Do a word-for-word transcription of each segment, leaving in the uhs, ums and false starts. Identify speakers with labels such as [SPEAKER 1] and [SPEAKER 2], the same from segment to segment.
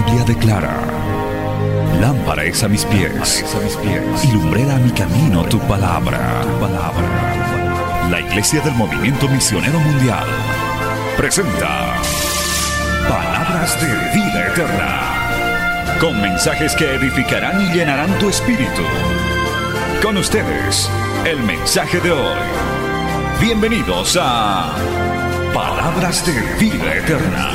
[SPEAKER 1] Biblia declara: lámpara es a mis pies y lumbrera a mi camino tu palabra. Tu palabra. La Iglesia del Movimiento Misionero Mundial presenta Palabras de Vida Eterna, con mensajes que edificarán y llenarán tu espíritu. Con ustedes, el mensaje de hoy. Bienvenidos a Palabras de Vida Eterna.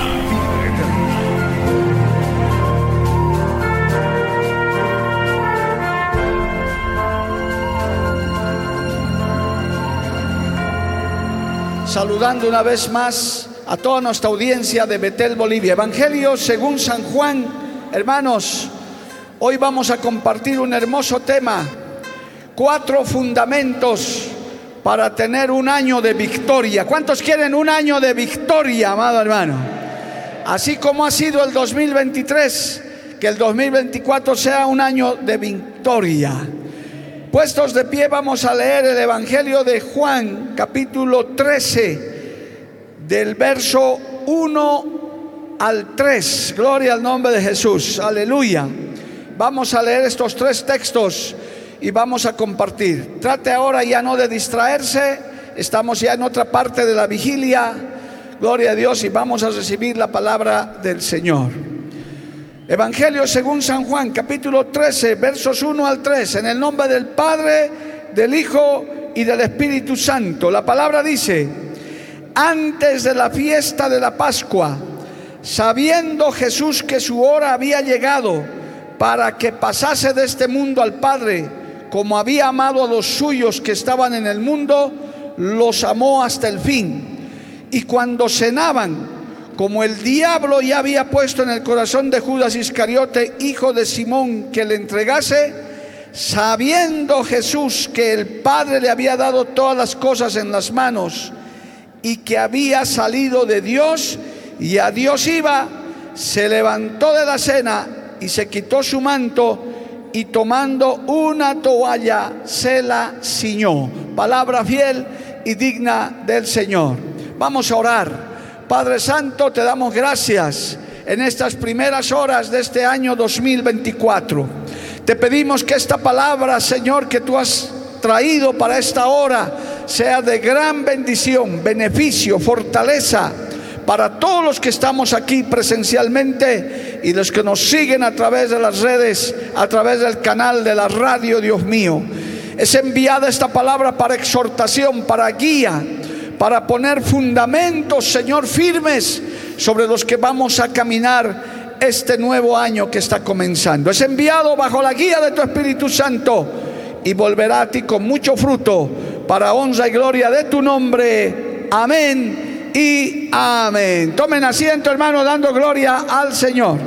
[SPEAKER 2] Saludando una vez más a toda nuestra audiencia de Betel, Bolivia. Evangelio según San Juan. Hermanos, hoy vamos a compartir un hermoso tema: cuatro fundamentos para tener un año de victoria. ¿Cuántos quieren un año de victoria, amado hermano? Así como ha sido el dos mil veintitrés, que el dos mil veinticuatro sea un año de victoria. Puestos de pie, vamos a leer el Evangelio de Juan, capítulo trece, del verso uno al tres. Gloria al nombre de Jesús, aleluya. Vamos a leer estos tres textos y vamos a compartir. Trate ahora ya no de distraerse, estamos ya en otra parte de la vigilia. Gloria a Dios, y vamos a recibir la palabra del Señor. Evangelio según San Juan, capítulo trece, versos uno al tres. En el nombre del Padre, del Hijo y del Espíritu Santo. La palabra dice: antes de la fiesta de la Pascua, sabiendo Jesús que su hora había llegado para que pasase de este mundo al Padre, como había amado a los suyos que estaban en el mundo, los amó hasta el fin. Y cuando cenaban, como el diablo ya había puesto en el corazón de Judas Iscariote, hijo de Simón, que le entregase, sabiendo Jesús que el Padre le había dado todas las cosas en las manos y que había salido de Dios y a Dios iba, se levantó de la cena y se quitó su manto, y tomando una toalla se la ciñó. Palabra fiel y digna del Señor. Vamos a orar. Padre Santo, te damos gracias en estas primeras horas de este año dos mil veinticuatro. Te pedimos que esta palabra, Señor, que tú has traído para esta hora, sea de gran bendición, beneficio, fortaleza para todos los que estamos aquí presencialmente y los que nos siguen a través de las redes, a través del canal de la radio. Dios mío, es enviada esta palabra para exhortación, para guía, para poner fundamentos, Señor, firmes sobre los que vamos a caminar este nuevo año que está comenzando. Es enviado bajo la guía de tu Espíritu Santo y volverá a ti con mucho fruto, para honra y gloria de tu nombre. Amén y amén. Tomen asiento, hermano, dando gloria al Señor.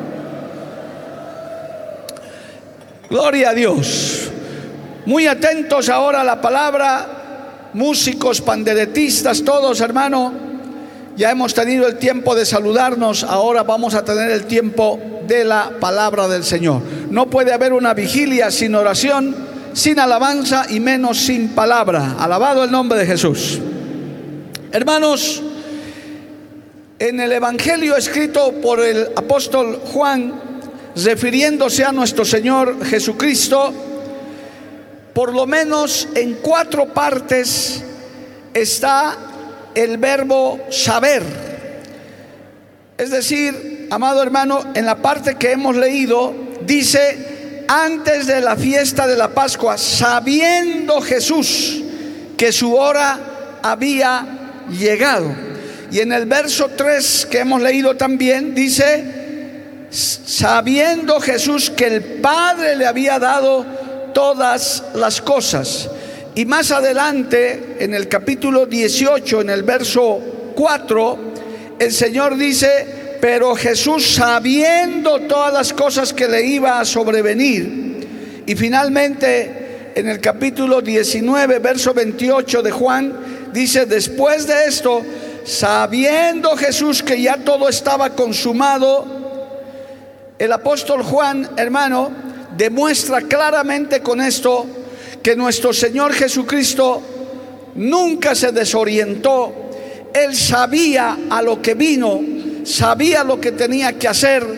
[SPEAKER 2] Gloria a Dios. Muy atentos ahora a la palabra. Músicos, panderetistas, todos, hermano, ya hemos tenido el tiempo de saludarnos. Ahora vamos a tener el tiempo de la palabra del Señor. No puede haber una vigilia sin oración, sin alabanza y menos sin palabra. Alabado el nombre de Jesús. Hermanos, en el Evangelio escrito por el apóstol Juan, refiriéndose a nuestro Señor Jesucristo, por lo menos en cuatro partes está el verbo saber. Es decir, amado hermano, en la parte que hemos leído dice: antes de la fiesta de la Pascua, sabiendo Jesús que su hora había llegado. Y en el verso tres que hemos leído también dice: sabiendo Jesús que el Padre le había dado todas las cosas. Y más adelante, en el capítulo dieciocho, en el verso cuatro, el Señor dice: pero Jesús, sabiendo todas las cosas que le iba a sobrevenir. Y finalmente, en el capítulo diecinueve, verso veintiocho de Juan, dice: después de esto, sabiendo Jesús que ya todo estaba consumado, el apóstol Juan, hermano, demuestra claramente con esto que nuestro Señor Jesucristo nunca se desorientó. Él sabía a lo que vino, sabía lo que tenía que hacer,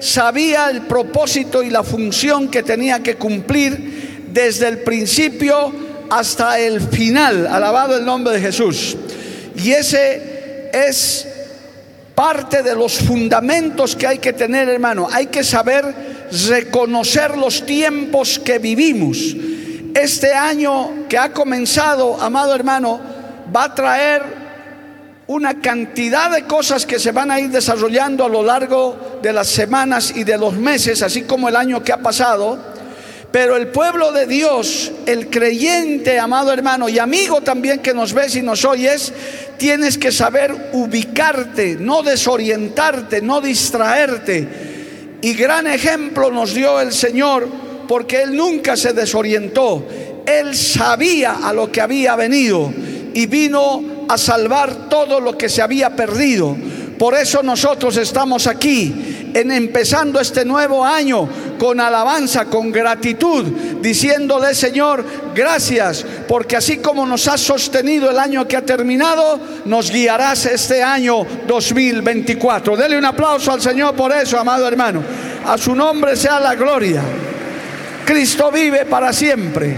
[SPEAKER 2] sabía el propósito y la función que tenía que cumplir desde el principio hasta el final. Alabado el nombre de Jesús. Y ese es parte de los fundamentos que hay que tener, hermano. Hay que saber reconocer los tiempos que vivimos. Este año que ha comenzado, amado hermano, va a traer una cantidad de cosas que se van a ir desarrollando a lo largo de las semanas y de los meses, así como el año que ha pasado. Pero el pueblo de Dios, el creyente, amado hermano y amigo también que nos ves y nos oyes, tienes que saber ubicarte, no desorientarte, no distraerte. Y gran ejemplo nos dio el Señor, porque Él nunca se desorientó. Él sabía a lo que había venido y vino a salvar todo lo que se había perdido. Por eso nosotros estamos aquí, en empezando este nuevo año con alabanza, con gratitud, diciéndole: Señor, gracias, porque así como nos has sostenido el año que ha terminado, nos guiarás este año dos mil veinticuatro. Dele un aplauso al Señor por eso, amado hermano. A su nombre sea la gloria. Cristo vive para siempre.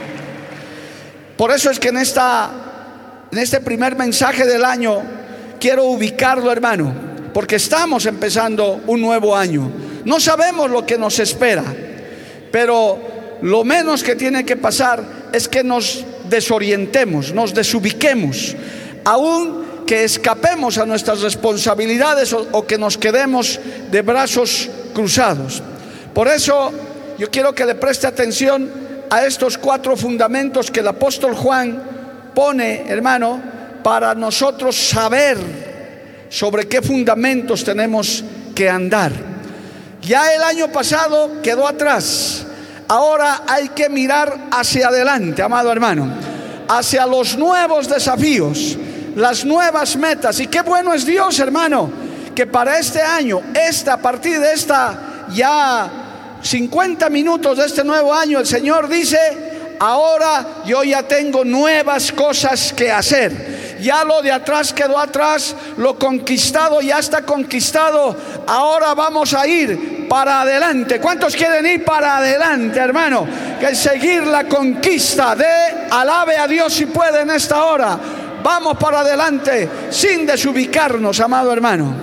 [SPEAKER 2] Por eso es que en esta En este primer mensaje del año quiero ubicarlo, hermano, porque estamos empezando un nuevo año. No sabemos lo que nos espera, pero lo menos que tiene que pasar es que nos desorientemos, nos desubiquemos, aún que escapemos a nuestras responsabilidades o, o que nos quedemos de brazos cruzados. Por eso yo quiero que le preste atención a estos cuatro fundamentos que el apóstol Juan pone, hermano, para nosotros saber sobre qué fundamentos tenemos que andar. Ya el año pasado quedó atrás. Ahora hay que mirar hacia adelante, amado hermano, hacia los nuevos desafíos, las nuevas metas. Y qué bueno es Dios, hermano, que para este año, esta, a partir de esta ya cincuenta minutos de este nuevo año, el Señor dice: ahora yo ya tengo nuevas cosas que hacer. Ya lo de atrás quedó atrás, lo conquistado ya está conquistado. Ahora vamos a ir para adelante. ¿Cuántos quieren ir para adelante, hermano? Que seguir la conquista de alabe a Dios si puede en esta hora. Vamos para adelante sin desubicarnos, amado hermano.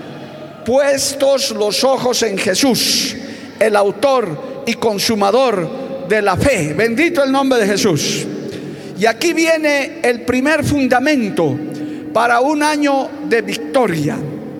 [SPEAKER 2] Puestos los ojos en Jesús, el autor y consumador de la fe. Bendito el nombre de Jesús. Y aquí viene el primer fundamento para un año de victoria.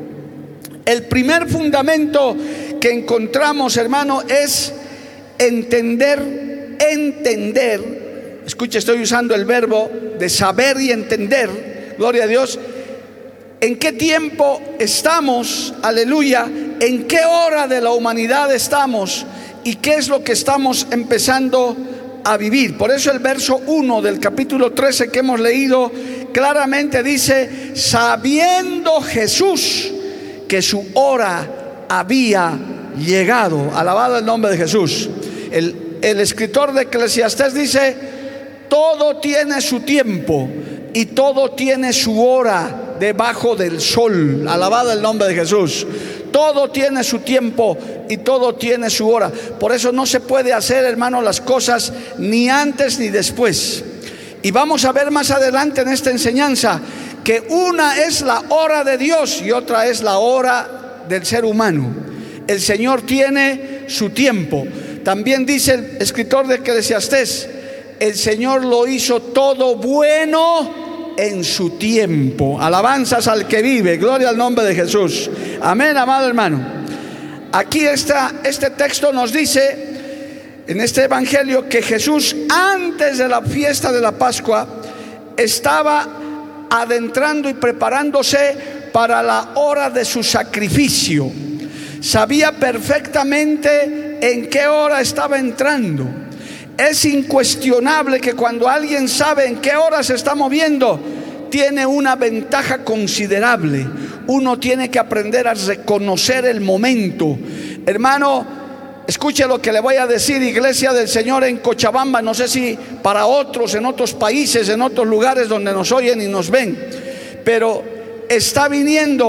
[SPEAKER 2] El primer fundamento que encontramos, hermano, es entender, entender. Escuche, estoy usando el verbo de saber y entender. Gloria a Dios. ¿En qué tiempo estamos? Aleluya. ¿En qué hora de la humanidad estamos? ¿Y qué es lo que estamos empezando a vivir? Por eso el verso uno del capítulo trece que hemos leído claramente dice: sabiendo Jesús que su hora había llegado. Alabado el nombre de Jesús. El, el escritor de Eclesiastés dice: todo tiene su tiempo y todo tiene su hora debajo del sol. Alabado el nombre de Jesús. Todo tiene su tiempo y todo tiene su hora. Por eso no se puede hacer, hermano, las cosas ni antes ni después. Y vamos a ver más adelante en esta enseñanza que una es la hora de Dios y otra es la hora del ser humano. El Señor tiene su tiempo. También dice el escritor de Eclesiastés: el Señor lo hizo todo bueno en su tiempo. Alabanzas al que vive. Gloria al nombre de Jesús. Amén, amado hermano. Aquí está, este texto nos dice en este evangelio que Jesús, antes de la fiesta de la Pascua, estaba adentrando y preparándose para la hora de su sacrificio. Sabía perfectamente en qué hora estaba entrando. Es incuestionable que cuando alguien sabe en qué hora se está moviendo, tiene una ventaja considerable. Uno tiene que aprender a reconocer el momento. Hermano, escuche lo que le voy a decir, iglesia del Señor en Cochabamba. No sé si para otros, en otros países, en otros lugares donde nos oyen y nos ven, pero está viniendo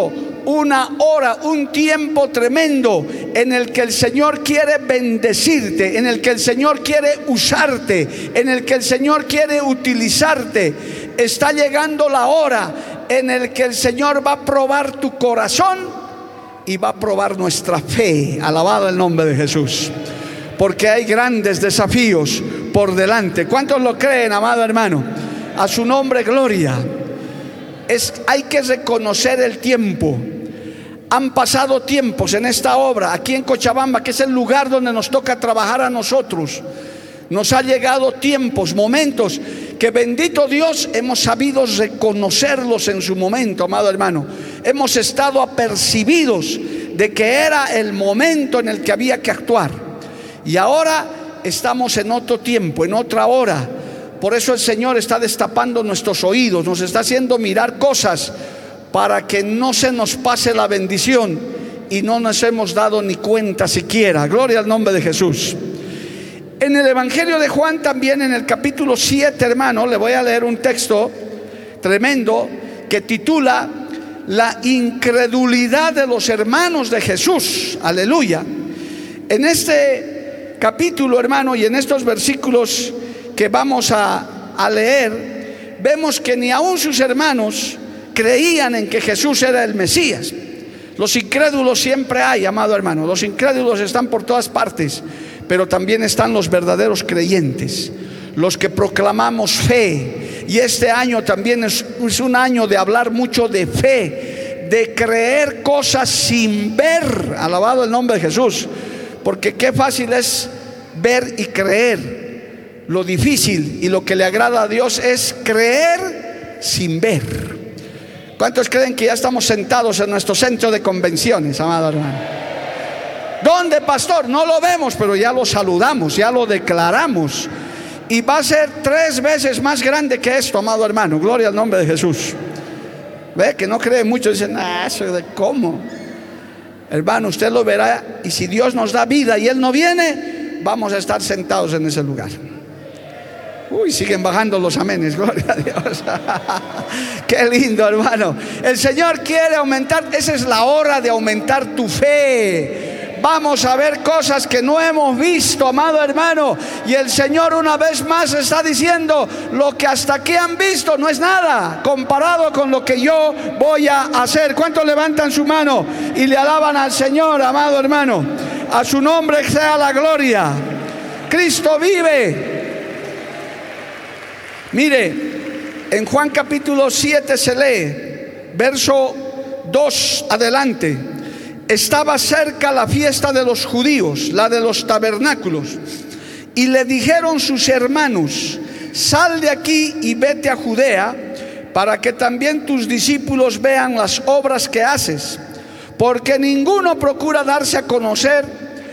[SPEAKER 2] una hora, un tiempo tremendo en el que el Señor quiere bendecirte, en el que el Señor quiere usarte, en el que el Señor quiere utilizarte. Está llegando la hora en el que el Señor va a probar tu corazón y va a probar nuestra fe. Alabado el nombre de Jesús, porque hay grandes desafíos por delante. ¿Cuántos lo creen, amado hermano? A su nombre, gloria. Es, hay que reconocer el tiempo. Han pasado tiempos en esta obra, aquí en Cochabamba, que es el lugar donde nos toca trabajar a nosotros. Nos ha llegado tiempos, momentos, que bendito Dios hemos sabido reconocerlos en su momento, amado hermano. Hemos estado apercibidos de que era el momento en el que había que actuar. Y ahora estamos en otro tiempo, en otra hora. Por eso el Señor está destapando nuestros oídos, nos está haciendo mirar cosas para que no se nos pase la bendición y no nos hemos dado ni cuenta siquiera. Gloria al nombre de Jesús. En el Evangelio de Juan, también en el capítulo siete, hermano, le voy a leer un texto tremendo que titula La incredulidad de los hermanos de Jesús. Aleluya. En este capítulo, hermano, y en estos versículos que vamos a, a leer, vemos que ni aún sus hermanos creían en que Jesús era el Mesías. Los incrédulos siempre hay, amado hermano. Los incrédulos están por todas partes, pero también están los verdaderos creyentes, los que proclamamos fe. Y este año también es, es un año de hablar mucho de fe, de creer cosas sin ver. Alabado el nombre de Jesús, porque qué fácil es ver y creer. Lo difícil y lo que le agrada a Dios es creer sin ver. ¿Cuántos creen que ya estamos sentados en nuestro centro de convenciones, amado hermano? ¿Dónde, pastor? No lo vemos, pero ya lo saludamos, ya lo declaramos. Y va a ser tres veces más grande que esto, amado hermano. Gloria al nombre de Jesús. Ve que no cree mucho, dicen, ah, eso de cómo. Hermano, usted lo verá, y si Dios nos da vida y Él no viene, vamos a estar sentados en ese lugar. Uy, siguen bajando los amenes, gloria a Dios. Qué lindo, hermano. El Señor quiere aumentar, esa es la hora de aumentar tu fe. Vamos a ver cosas que no hemos visto, amado hermano. Y el Señor una vez más está diciendo, lo que hasta aquí han visto no es nada comparado con lo que yo voy a hacer. ¿Cuántos levantan su mano y le alaban al Señor, amado hermano? A su nombre sea la gloria. Cristo vive. Mire, en Juan capítulo siete se lee, verso dos adelante. Estaba cerca la fiesta de los judíos, la de los tabernáculos, y le dijeron sus hermanos, sal de aquí y vete a Judea, para que también tus discípulos vean las obras que haces, porque ninguno procura darse a conocer,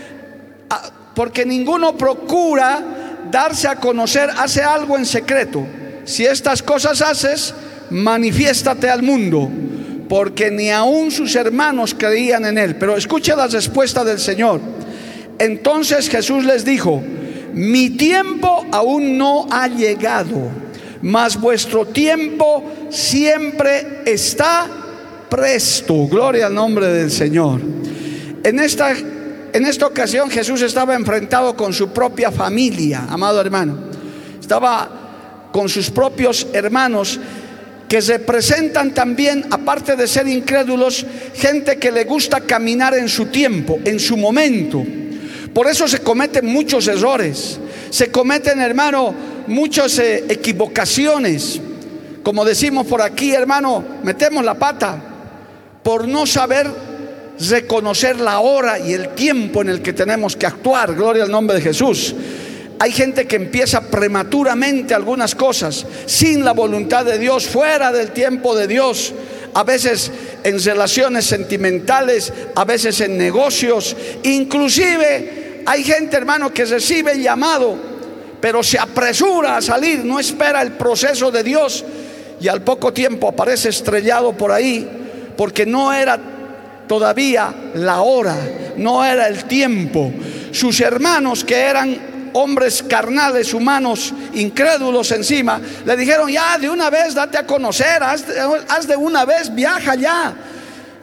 [SPEAKER 2] porque ninguno procura darse a conocer, hace algo en secreto. Si estas cosas haces, manifiéstate al mundo, porque ni aún sus hermanos creían en él. Pero escucha la respuesta del Señor. Entonces Jesús les dijo, mi tiempo aún no ha llegado, mas vuestro tiempo siempre está presto. Gloria al nombre del Señor. En esta En esta ocasión Jesús estaba enfrentado con su propia familia, amado hermano. Estaba con sus propios hermanos, que representan también, aparte de ser incrédulos, gente que le gusta caminar en su tiempo, en su momento. Por eso se cometen muchos errores, se cometen, hermano, muchas eh, equivocaciones. Como decimos por aquí, hermano, metemos la pata por no saber reconocer la hora y el tiempo en el que tenemos que actuar. Gloria al nombre de Jesús. Hay gente que empieza prematuramente algunas cosas, sin la voluntad de Dios, fuera del tiempo de Dios. A veces en relaciones sentimentales, a veces en negocios. Inclusive hay gente, hermano, que recibe el llamado, pero se apresura a salir, no espera el proceso de Dios, y al poco tiempo aparece estrellado por ahí, porque no era todavía la hora, no era el tiempo. Sus hermanos, que eran hombres carnales, humanos, incrédulos encima, le dijeron, ya de una vez date a conocer, haz de, haz de una vez, viaja ya.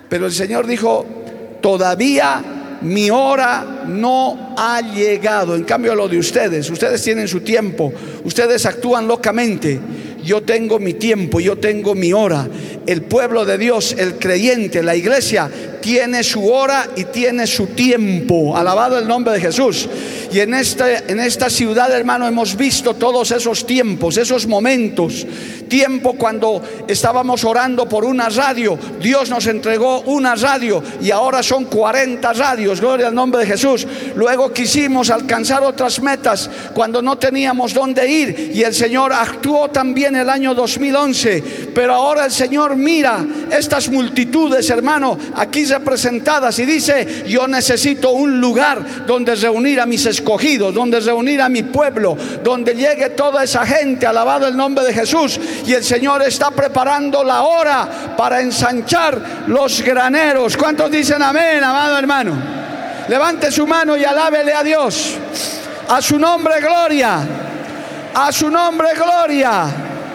[SPEAKER 2] Pero el Señor dijo: todavía mi hora no ha llegado. En cambio, lo de ustedes, ustedes tienen su tiempo, ustedes actúan locamente. Yo tengo mi tiempo, yo tengo mi hora. El pueblo de Dios, el creyente, la iglesia, tiene su hora y tiene su tiempo. Alabado el nombre de Jesús. Y en esta, en esta ciudad, hermano, hemos visto todos esos tiempos, esos momentos. Tiempo cuando estábamos orando por una radio, Dios nos entregó una radio y ahora son cuarenta radios, gloria al nombre de Jesús. Luego quisimos alcanzar otras metas cuando no teníamos dónde ir, y el Señor actuó también el año dos mil once. Pero ahora el Señor mira estas multitudes, hermano, aquí representadas, y dice: yo necesito un lugar donde reunir a mis escogidos, donde reunir a mi pueblo, donde llegue toda esa gente. Alabado el nombre de Jesús. Y el Señor está preparando la hora para ensanchar los graneros. ¿Cuántos dicen amén, amado hermano? Levante su mano y alábele a Dios. A su nombre gloria. A su nombre gloria.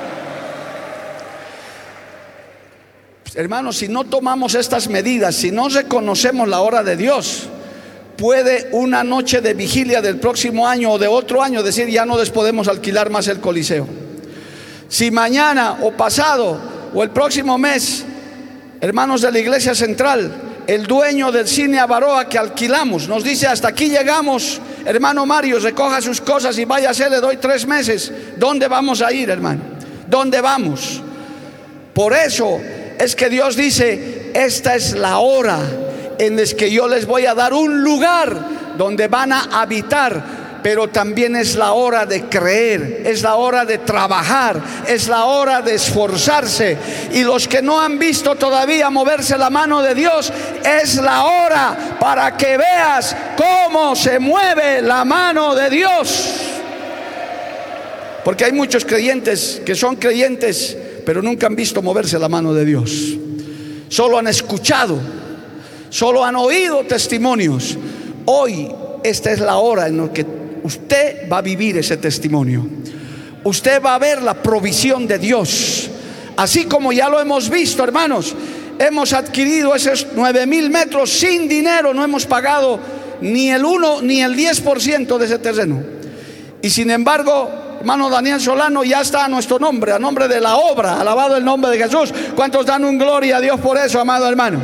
[SPEAKER 2] Hermanos, si no tomamos estas medidas, si no reconocemos la hora de Dios, puede una noche de vigilia del próximo año o de otro año decir: ya no les podemos alquilar más el Coliseo. Si mañana o pasado o el próximo mes, hermanos de la iglesia central, el dueño del cine Avaroa que alquilamos nos dice: hasta aquí llegamos, hermano Mario, recoja sus cosas y váyase, le doy tres meses. ¿Dónde vamos a ir, hermano? ¿Dónde vamos? Por eso es que Dios dice: esta es la hora en la que yo les voy a dar un lugar donde van a habitar. Pero también es la hora de creer, es la hora de trabajar, es la hora de esforzarse. Y los que no han visto todavía moverse la mano de Dios, es la hora para que veas cómo se mueve la mano de Dios. Porque hay muchos creyentes que son creyentes, pero nunca han visto moverse la mano de Dios. Solo han escuchado, solo han oído testimonios. Hoy esta es la hora en la que usted va a vivir ese testimonio. Usted va a ver la provisión de Dios. Así como ya lo hemos visto, hermanos, hemos adquirido esos nueve mil metros sin dinero. No hemos pagado ni el uno ni el diez por ciento de ese terreno. Y sin embargo, hermano Daniel Solano, ya está a nuestro nombre, a nombre de la obra. Alabado el nombre de Jesús. ¿Cuántos dan un gloria a Dios por eso, amado hermano?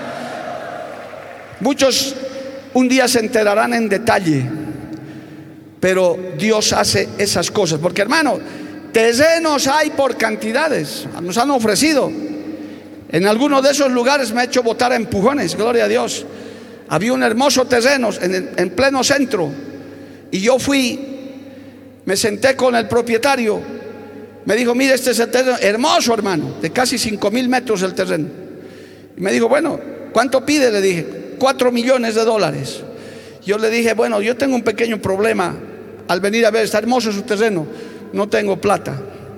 [SPEAKER 2] Muchos un día se enterarán en detalle, pero Dios hace esas cosas. Porque, hermano, terrenos hay por cantidades. Nos han ofrecido. En algunos de esos lugares me he hecho botar a empujones, gloria a Dios. Había un hermoso terreno en, en pleno centro, y yo fui, me senté con el propietario. Me dijo: mire, este es el terreno, hermoso, hermano, de casi cinco mil metros el terreno. Y me dijo: bueno, ¿cuánto pide? Le dije: cuatro millones de dólares. Yo le dije: bueno, yo tengo un pequeño problema. Al venir a ver, está hermoso su terreno, no tengo plata.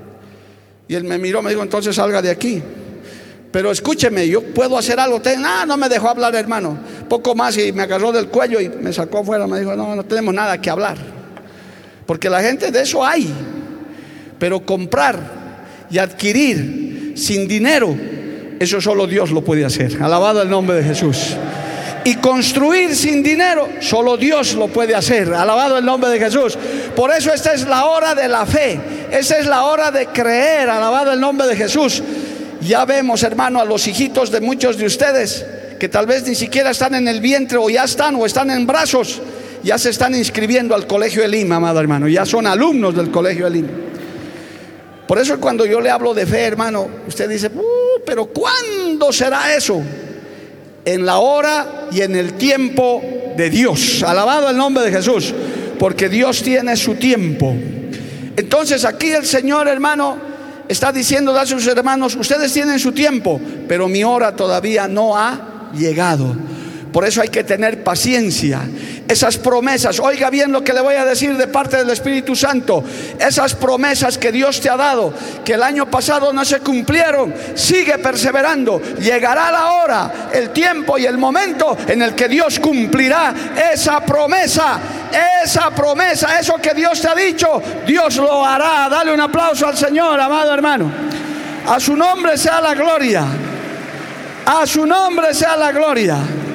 [SPEAKER 2] Y él me miró, me dijo: entonces salga de aquí. Pero escúcheme, yo puedo hacer algo. Ah, no me dejó hablar, hermano. Poco más y me agarró del cuello y me sacó afuera. Me dijo: no, no tenemos nada que hablar. Porque la gente, de eso hay. Pero comprar y adquirir sin dinero, eso solo Dios lo puede hacer. Alabado el nombre de Jesús. Y construir sin dinero, solo Dios lo puede hacer. Alabado el nombre de Jesús. Por eso esta es la hora de la fe. Esta es la hora de creer. Alabado el nombre de Jesús. Ya vemos, hermano, a los hijitos de muchos de ustedes que tal vez ni siquiera están en el vientre, o ya están, o están en brazos, ya se están inscribiendo al Colegio Elim, amado hermano. Ya son alumnos del Colegio Elim. Por eso cuando yo le hablo de fe, hermano, usted dice: uh, pero ¿cuándo será eso? En la hora y en el tiempo de Dios. Alabado el nombre de Jesús. Porque Dios tiene su tiempo. Entonces aquí el Señor, hermano, está diciendo a sus hermanos: ustedes tienen su tiempo, pero mi hora todavía no ha llegado. Por eso hay que tener paciencia. Esas promesas, oiga bien lo que le voy a decir de parte del Espíritu Santo. Esas promesas que Dios te ha dado, que el año pasado no se cumplieron, sigue perseverando. Llegará la hora, el tiempo y el momento en el que Dios cumplirá esa promesa. Esa promesa, eso que Dios te ha dicho, Dios lo hará. Dale un aplauso al Señor, amado hermano. A su nombre sea la gloria. A su nombre sea la gloria.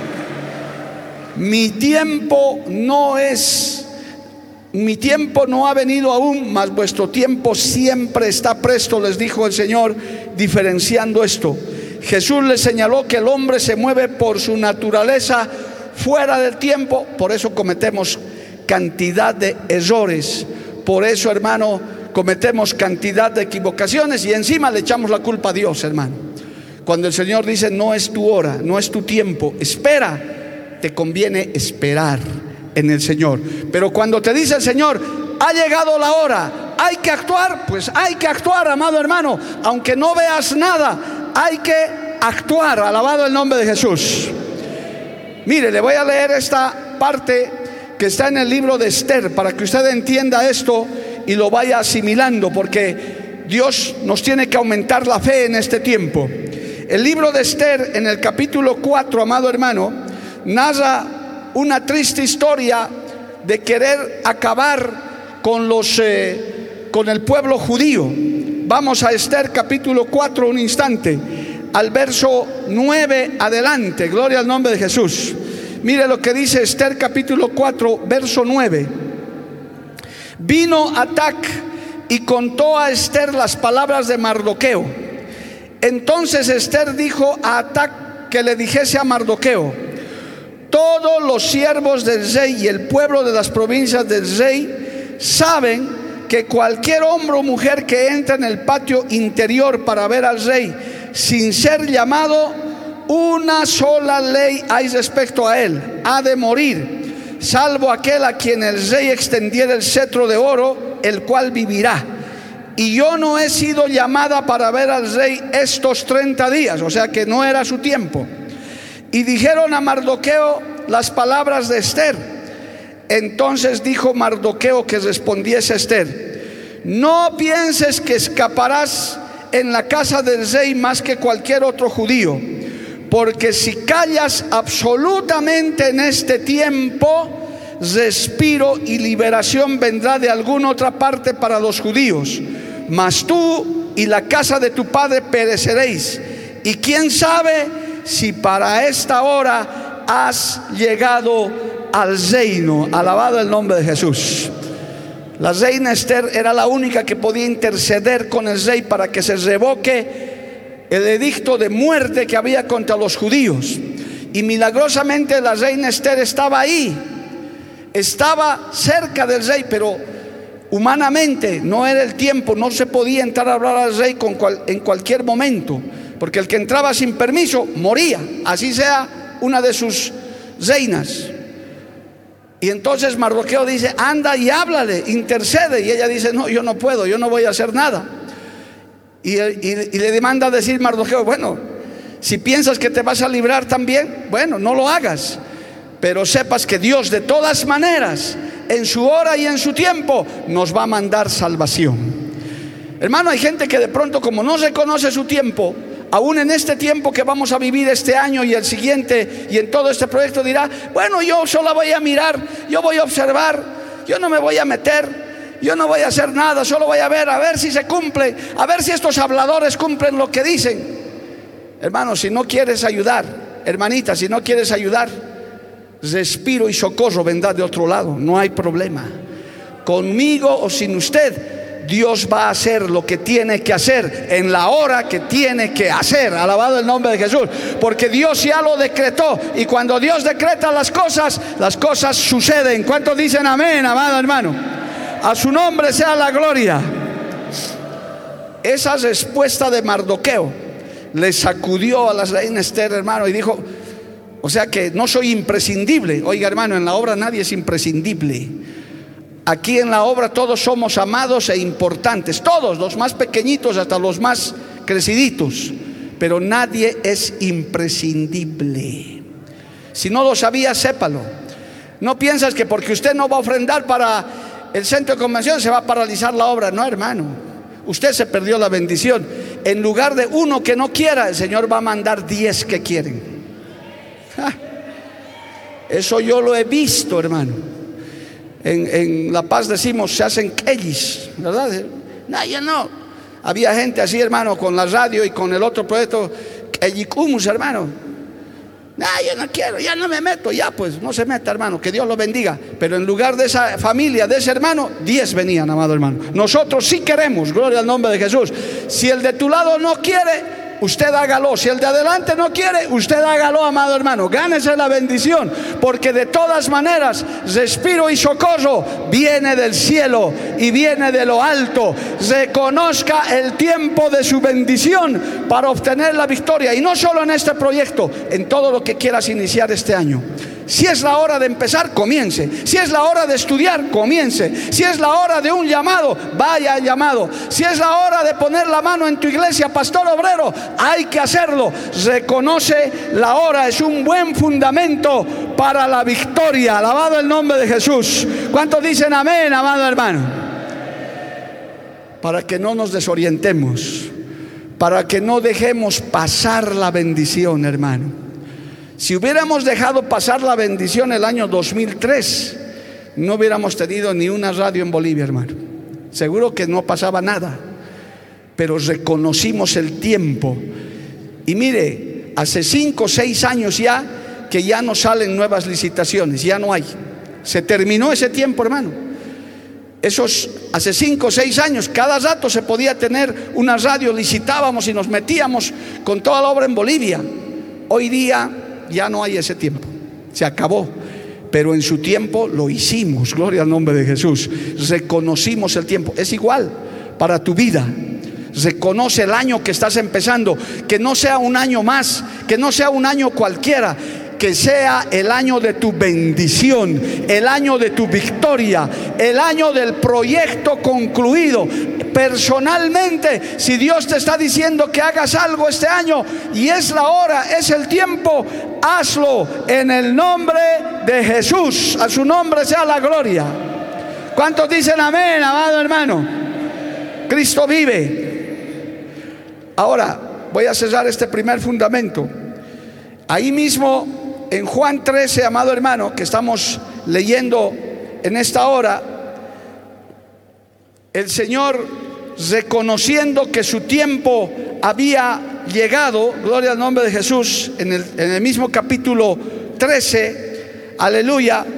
[SPEAKER 2] Mi tiempo no es, mi tiempo no ha venido aún, mas vuestro tiempo siempre está presto, les dijo el Señor, diferenciando esto. Jesús les señaló que el hombre se mueve por su naturaleza fuera del tiempo, por eso cometemos cantidad de errores, por eso, hermano, cometemos cantidad de equivocaciones y encima le echamos la culpa a Dios, hermano. Cuando el Señor dice, no es tu hora, no es tu tiempo, espera, te conviene esperar en el Señor. Pero cuando te dice el Señor, ha llegado la hora, hay que actuar, pues hay que actuar, amado hermano. Aunque no veas nada, hay que actuar. Alabado el nombre de Jesús. Mire, le voy a leer esta parte que está en el libro de Esther para que usted entienda esto y lo vaya asimilando, porque Dios nos tiene que aumentar la fe en este tiempo. El libro de Esther, en el capítulo cuatro, amado hermano, narra una triste historia de querer acabar con los eh, con el pueblo judío. Vamos a Esther capítulo cuatro un instante, al verso nueve adelante. Gloria al nombre de Jesús. Mire lo que dice Esther capítulo cuatro, verso nueve. Vino Atac y contó a Esther las palabras de Mardoqueo. Entonces Esther dijo a Atac que le dijese a Mardoqueo: todos los siervos del rey y el pueblo de las provincias del rey saben que cualquier hombre o mujer que entra en el patio interior para ver al rey sin ser llamado, una sola ley hay respecto a él: ha de morir, salvo aquel a quien el rey extendiera el cetro de oro, el cual vivirá. Y yo no he sido llamada para ver al rey estos treinta días, o sea que no era su tiempo. Y dijeron a Mardoqueo las palabras de Esther. Entonces dijo Mardoqueo que respondiese a Esther: no pienses que escaparás en la casa del rey más que cualquier otro judío, porque si callas absolutamente en este tiempo, respiro y liberación vendrá de alguna otra parte para los judíos, mas tú y la casa de tu padre pereceréis. Y quién sabe si para esta hora has llegado al reino. Alabado el nombre de Jesús. La reina Esther era la única que podía interceder con el rey para que se revoque el edicto de muerte que había contra los judíos. Y milagrosamente la reina Esther estaba ahí, estaba cerca del rey, pero humanamente no era el tiempo, no se podía entrar a hablar al rey con cual, en cualquier momento, porque el que entraba sin permiso moría, así sea una de sus reinas. Y entonces Mardoqueo dice: anda y háblale, intercede. Y ella dice: no, yo no puedo, yo no voy a hacer nada. Y, y, y le demanda decir Mardoqueo: bueno, si piensas que te vas a librar también, bueno, no lo hagas, pero sepas que Dios de todas maneras, en su hora y en su tiempo, nos va a mandar salvación. Hermano, hay gente que de pronto, como no reconoce su tiempo, aún en este tiempo que vamos a vivir este año y el siguiente y en todo este proyecto, dirá: bueno, yo solo voy a mirar, yo voy a observar, yo no me voy a meter, yo no voy a hacer nada, solo voy a ver, a ver si se cumple, a ver si estos habladores cumplen lo que dicen. Hermano, si no quieres ayudar, hermanita, si no quieres ayudar, respiro y socorro vendrá de otro lado, no hay problema. Conmigo o sin usted, Dios va a hacer lo que tiene que hacer en la hora que tiene que hacer. Alabado el nombre de Jesús, porque Dios ya lo decretó, y cuando Dios decreta las cosas, las cosas suceden. ¿Cuántos dicen amén, amado hermano? A su nombre sea la gloria. Esa respuesta de Mardoqueo le sacudió a la reina Esther, hermano, y dijo: o sea que no soy imprescindible. Oiga, hermano, en la obra nadie es imprescindible. Aquí en la obra todos somos amados e importantes, todos, los más pequeñitos hasta los más creciditos, pero nadie es imprescindible. Si no lo sabía, sépalo. No piensas que porque usted no va a ofrendar para el centro de convención se va a paralizar la obra. No, hermano, usted se perdió la bendición. En lugar de uno que no quiera, el Señor va a mandar diez que quieren. ¡Ja! Eso yo lo he visto, hermano. En, en La Paz decimos, se hacen kellis, ¿verdad? No, ya no. Había gente así, hermano, con la radio y con el otro proyecto, Ellicumus, hermano. Ah, yo no quiero, ya no me meto, ya pues no se meta, hermano, que Dios lo bendiga. Pero en lugar de esa familia, de ese hermano, diez venían, amado hermano. Nosotros sí queremos, gloria al nombre de Jesús. Si el de tu lado no quiere, usted hágalo. Si el de adelante no quiere, usted hágalo, amado hermano. Gánese la bendición, porque de todas maneras, respiro y socorro viene del cielo y viene de lo alto. Reconozca el tiempo de su bendición para obtener la victoria. Y no solo en este proyecto, en todo lo que quieras iniciar este año. Si es la hora de empezar, comience. Si es la hora de estudiar, comience. Si es la hora de un llamado, vaya al llamado. Si es la hora de poner la mano en tu iglesia, pastor obrero, hay que hacerlo. Reconoce la hora, es un buen fundamento para la victoria. Alabado el nombre de Jesús. ¿Cuántos dicen amén, amado hermano? Para que no nos desorientemos, para que no dejemos pasar la bendición, hermano. Si hubiéramos dejado pasar la bendición el año dos mil tres, no hubiéramos tenido ni una radio en Bolivia, hermano. Seguro que no pasaba nada, pero reconocimos el tiempo. Y mire, hace cinco o seis años ya que ya no salen nuevas licitaciones, ya no hay. Se terminó ese tiempo, hermano. Esos, hace cinco o seis años, cada rato se podía tener una radio, licitábamos y nos metíamos con toda la obra en Bolivia. Hoy día ya no hay ese tiempo, se acabó. Pero en su tiempo lo hicimos, gloria al nombre de Jesús. Reconocimos el tiempo. Es igual para tu vida. Reconoce el año que estás empezando, que no sea un año más, que no sea un año cualquiera, que sea el año de tu bendición, el año de tu victoria, el año del proyecto concluido. Personalmente, si Dios te está diciendo que hagas algo este año y es la hora, es el tiempo, hazlo en el nombre de Jesús. A su nombre sea la gloria. ¿Cuántos dicen amén, amado hermano? Cristo vive. Ahora voy a cerrar este primer fundamento. Ahí mismo en Juan trece, amado hermano, que estamos leyendo en esta hora, el Señor, reconociendo que su tiempo había llegado, gloria al nombre de Jesús, en el, en el mismo capítulo trece, aleluya,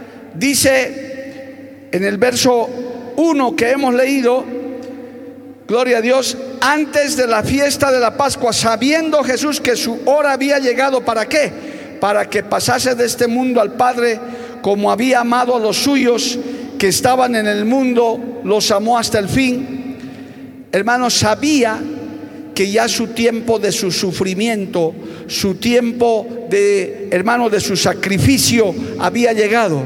[SPEAKER 2] dice en el verso uno que hemos leído, gloria a Dios, antes de la fiesta de la Pascua, sabiendo Jesús que su hora había llegado, ¿para qué? Para que pasase de este mundo al Padre, como había amado a los suyos que estaban en el mundo, los amó hasta el fin. Hermanos, sabía que ya su tiempo de su sufrimiento, su tiempo de, hermano, de su sacrificio había llegado.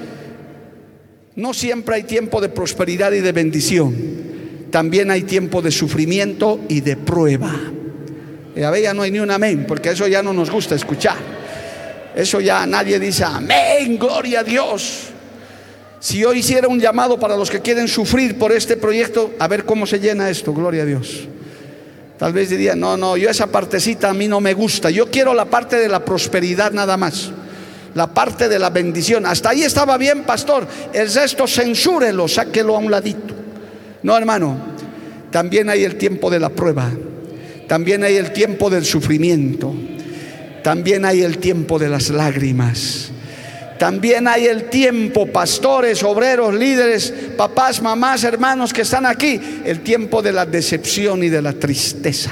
[SPEAKER 2] No siempre hay tiempo de prosperidad y de bendición. También hay tiempo de sufrimiento y de prueba. Y a ver, ya no hay ni un amén, porque eso ya no nos gusta escuchar. Eso ya nadie dice amén, gloria a Dios. Si yo hiciera un llamado para los que quieren sufrir por este proyecto, a ver cómo se llena esto, gloria a Dios. Tal vez diría, no, no, yo esa partecita a mí no me gusta. Yo quiero la parte de la prosperidad nada más, la parte de la bendición. Hasta ahí estaba bien, pastor. El resto censúrelo, sáquelo a un ladito. No, hermano, también hay el tiempo de la prueba, también hay el tiempo del sufrimiento, también hay el tiempo de las lágrimas, también hay el tiempo, pastores, obreros, líderes, papás, mamás, hermanos que están aquí, el tiempo de la decepción y de la tristeza.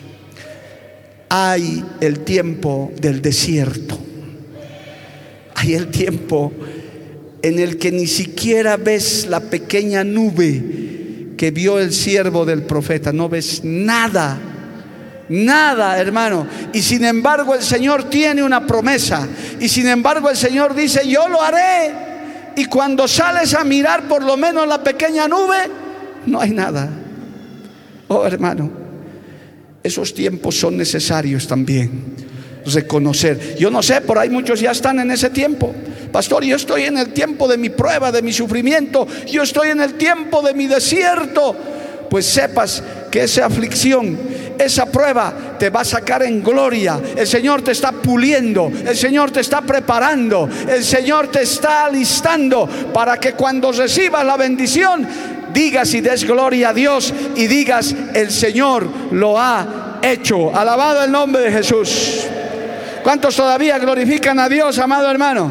[SPEAKER 2] Hay el tiempo del desierto, hay el tiempo en el que ni siquiera ves la pequeña nube que vio el siervo del profeta. No ves nada, nada, hermano. Y sin embargo el Señor tiene una promesa. Y sin embargo el Señor dice, yo lo haré. Y cuando sales a mirar por lo menos la pequeña nube, no hay nada. Oh, hermano, esos tiempos son necesarios también. Reconocer. Yo no sé, por ahí muchos ya están en ese tiempo. Pastor, yo estoy en el tiempo de mi prueba, de mi sufrimiento. Yo estoy en el tiempo de mi desierto. Pues sepas que esa aflicción, esa prueba te va a sacar en gloria. El Señor te está puliendo, el Señor te está preparando, el Señor te está alistando para que cuando recibas la bendición digas y des gloria a Dios y digas: el Señor lo ha hecho. Alabado el nombre de Jesús. ¿Cuántos todavía glorifican a Dios, amado hermano?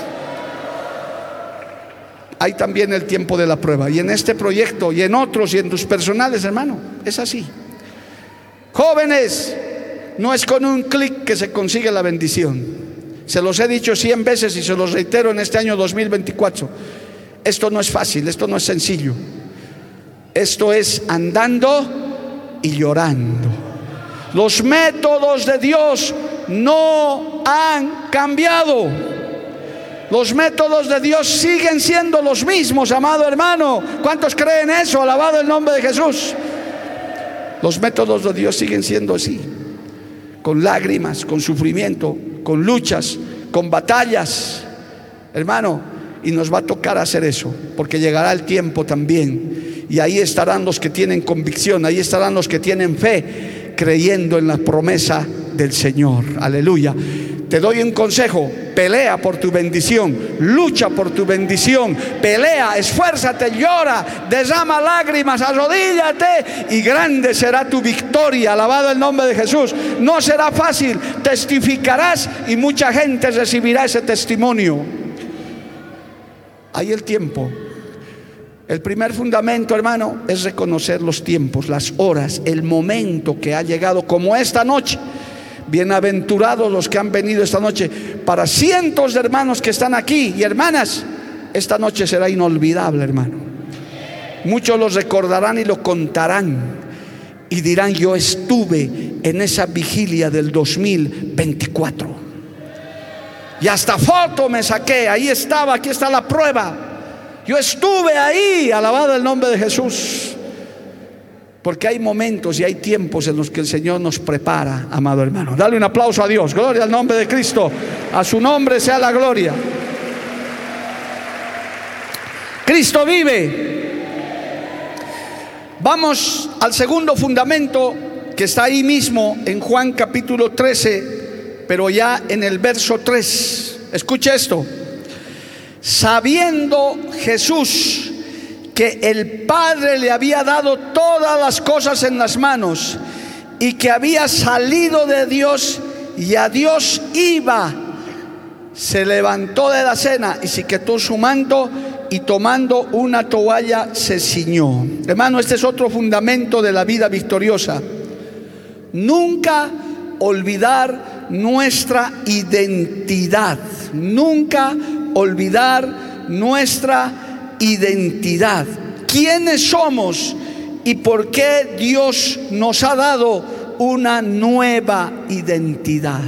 [SPEAKER 2] Hay también el tiempo de la prueba, y en este proyecto y en otros y en tus personales, hermano, es así. Jóvenes, no es con un clic que se consigue la bendición. Se los he dicho cien veces y se los reitero en este año dos mil veinticuatro. Esto no es fácil, esto no es sencillo. Esto es andando y llorando. Los métodos de Dios no han cambiado. Los métodos de Dios siguen siendo los mismos, amado hermano. ¿Cuántos creen eso? Alabado el nombre de Jesús. Los métodos de Dios siguen siendo así, con lágrimas, con sufrimiento, con luchas, con batallas, hermano. Y nos va a tocar hacer eso, porque llegará el tiempo también, y ahí estarán los que tienen convicción, ahí estarán los que tienen fe, creyendo en la promesa del Señor. Aleluya. Te doy un consejo: pelea por tu bendición, lucha por tu bendición, pelea, esfuérzate, llora, derrama lágrimas, arrodíllate, y grande será tu victoria. Alabado el nombre de Jesús. No será fácil, testificarás y mucha gente recibirá ese testimonio. Hay el tiempo. El primer fundamento, hermano, es reconocer los tiempos, las horas, el momento que ha llegado, como esta noche. Bienaventurados los que han venido esta noche. Para cientos de hermanos que están aquí y hermanas, esta noche será inolvidable, hermano. Muchos los recordarán y lo contarán y dirán: yo estuve en esa vigilia del dos mil veinticuatro y hasta foto me saqué, ahí estaba, aquí está la prueba. Yo estuve ahí. Alabado el nombre de Jesús. Porque hay momentos y hay tiempos en los que el Señor nos prepara, amado hermano. Dale un aplauso a Dios. Gloria al nombre de Cristo. A su nombre sea la gloria. Cristo vive. Vamos al segundo fundamento, que está ahí mismo en Juan capítulo trece, pero ya en el verso tres. Escuche esto: sabiendo Jesús que el Padre le había dado todas las cosas en las manos, y que había salido de Dios y a Dios iba, se levantó de la cena y se quitó su manto, y tomando una toalla se ciñó. Hermano, este es otro fundamento de la vida victoriosa: nunca olvidar nuestra identidad. Nunca olvidar nuestra identidad. ¿Quiénes somos y por qué Dios nos ha dado una nueva identidad?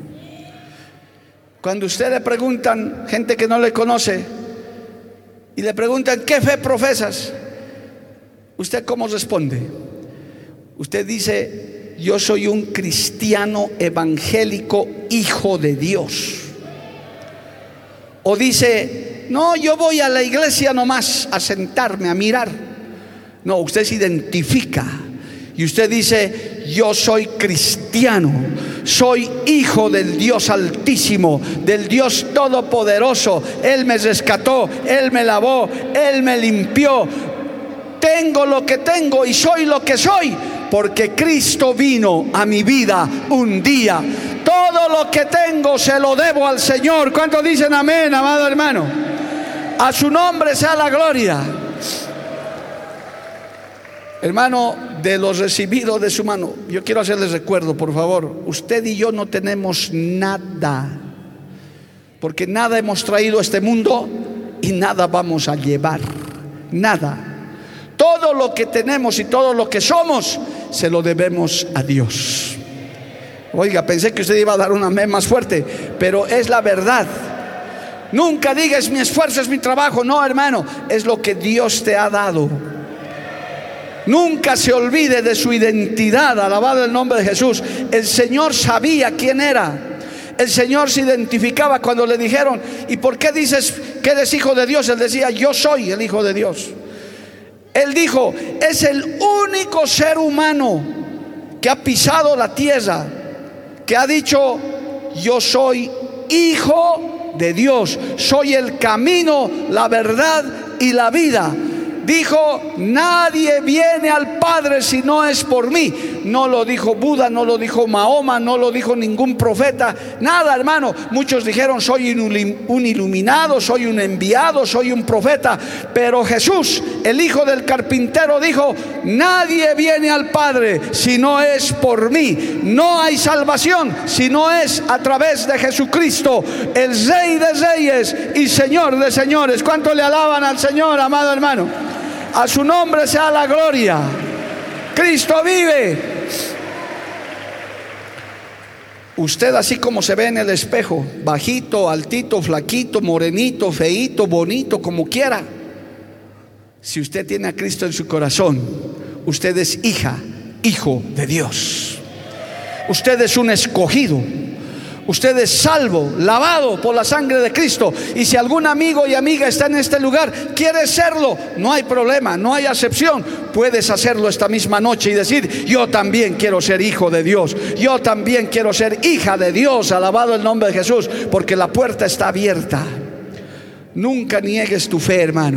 [SPEAKER 2] Cuando usted le preguntan, gente que no le conoce, y le preguntan: ¿qué fe profesas?, ¿usted cómo responde? Usted dice: yo soy un cristiano evangélico, hijo de Dios. O dice: no, yo voy a la iglesia nomás a sentarme, a mirar. No, usted se identifica y usted dice: yo soy cristiano, soy hijo del Dios Altísimo, del Dios Todopoderoso. Él me rescató, Él me lavó, Él me limpió. Tengo lo que tengo y soy lo que soy, porque Cristo vino a mi vida un día. Todo lo que tengo se lo debo al Señor. ¿Cuántos dicen amén, amado hermano? A su nombre sea la gloria. Hermano, de los recibidos de su mano, yo quiero hacerles recuerdo, por favor: usted y yo no tenemos nada, porque nada hemos traído a este mundo y nada vamos a llevar. Nada. Todo lo que tenemos y todo lo que somos se lo debemos a Dios. Oiga, pensé que usted iba a dar un amén más fuerte, pero es la verdad. Nunca digas: mi esfuerzo es mi trabajo. No, hermano, es lo que Dios te ha dado. Nunca se olvide de su identidad. Alabado el nombre de Jesús. El Señor sabía quién era. El Señor se identificaba cuando le dijeron: ¿y por qué dices que eres hijo de Dios? Él decía: yo soy el hijo de Dios. Él dijo: es el único ser humano que ha pisado la tierra, que ha dicho: yo soy hijo de Dios, soy el camino, la verdad y la vida. dijo: nadie viene al Padre si no es por mí. No lo dijo Buda, no lo dijo Mahoma, no lo dijo ningún profeta, nada, hermano. Muchos dijeron: soy un iluminado, soy un enviado, soy un profeta. Pero Jesús, el hijo del carpintero, dijo: nadie viene al Padre si no es por mí. No hay salvación si no es a través de Jesucristo, el Rey de Reyes y Señor de Señores. ¿Cuánto le alaban al Señor, amado hermano? A su nombre sea la gloria. Cristo vive. Usted, así como se ve en el espejo, bajito, altito, flaquito, morenito, feíto, bonito, como quiera, si usted tiene a Cristo en su corazón, usted es hija, hijo de Dios. Usted es un escogido. Usted es salvo, lavado por la sangre de Cristo. Y si algún amigo y amiga está en este lugar, quiere serlo, no hay problema, no hay acepción. Puedes hacerlo esta misma noche y decir: yo también quiero ser hijo de Dios, yo también quiero ser hija de Dios. Alabado el nombre de Jesús, porque la puerta está abierta. Nunca niegues tu fe, hermano.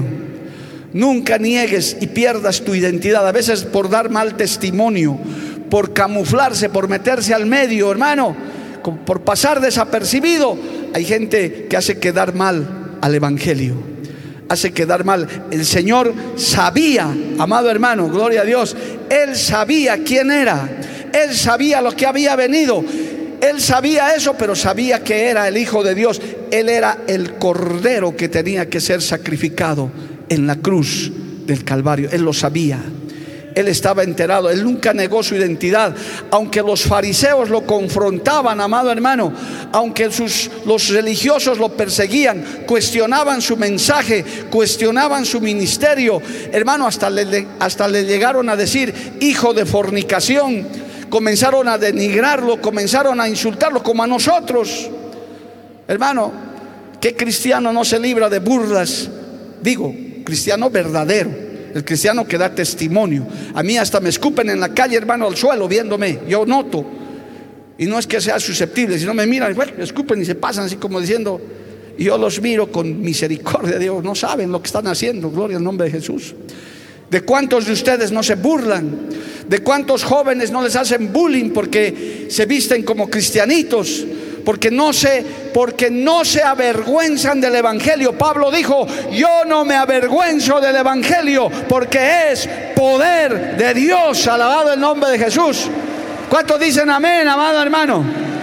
[SPEAKER 2] Nunca niegues y pierdas tu identidad. A veces por dar mal testimonio, por camuflarse, por meterse al medio, hermano, por pasar desapercibido, hay gente que hace quedar mal al evangelio, hace quedar mal. El Señor sabía, amado hermano, gloria a Dios, Él sabía quién era, Él sabía lo que había venido, Él sabía eso, pero sabía que era el Hijo de Dios. Él era el Cordero que tenía que ser sacrificado en la cruz del Calvario. Él lo sabía. Él estaba enterado, Él nunca negó su identidad. Aunque los fariseos lo confrontaban, amado hermano, aunque sus, los religiosos lo perseguían, cuestionaban su mensaje, cuestionaban su ministerio, hermano, hasta le, hasta le llegaron a decir hijo de fornicación. Comenzaron a denigrarlo, comenzaron a insultarlo, como a nosotros. Hermano, ¿qué cristiano no se libra de burlas? Digo, cristiano verdadero, el cristiano que da testimonio. A mí hasta me escupen en la calle, hermano, al suelo viéndome. Yo noto. Y no es que sea susceptible, sino me miran, bueno, me escupen y se pasan así como diciendo. Y yo los miro con misericordia de Dios. No saben lo que están haciendo. Gloria al nombre de Jesús. ¿De cuántos de ustedes no se burlan? ¿De cuántos jóvenes no les hacen bullying porque se visten como cristianitos? Porque no se, porque no se avergüenzan del evangelio. Pablo dijo: yo no me avergüenzo del evangelio, porque es poder de Dios. Alabado el nombre de Jesús. ¿Cuántos dicen amén, amado hermano?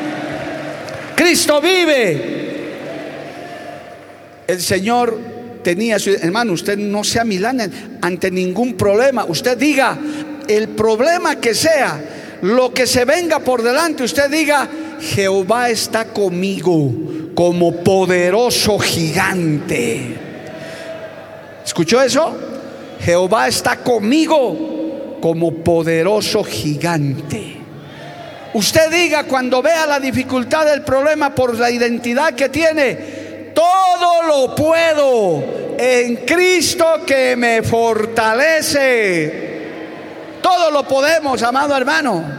[SPEAKER 2] Cristo vive. El Señor tenía su... Hermano, usted no se amilane ante ningún problema. Usted diga el problema que sea, lo que se venga por delante, usted diga: Jehová está conmigo como poderoso gigante. ¿Escuchó eso? Jehová está conmigo como poderoso gigante. Usted diga cuando vea la dificultad del problema por la identidad que tiene: todo lo puedo en Cristo que me fortalece. Todo lo podemos, amado hermano.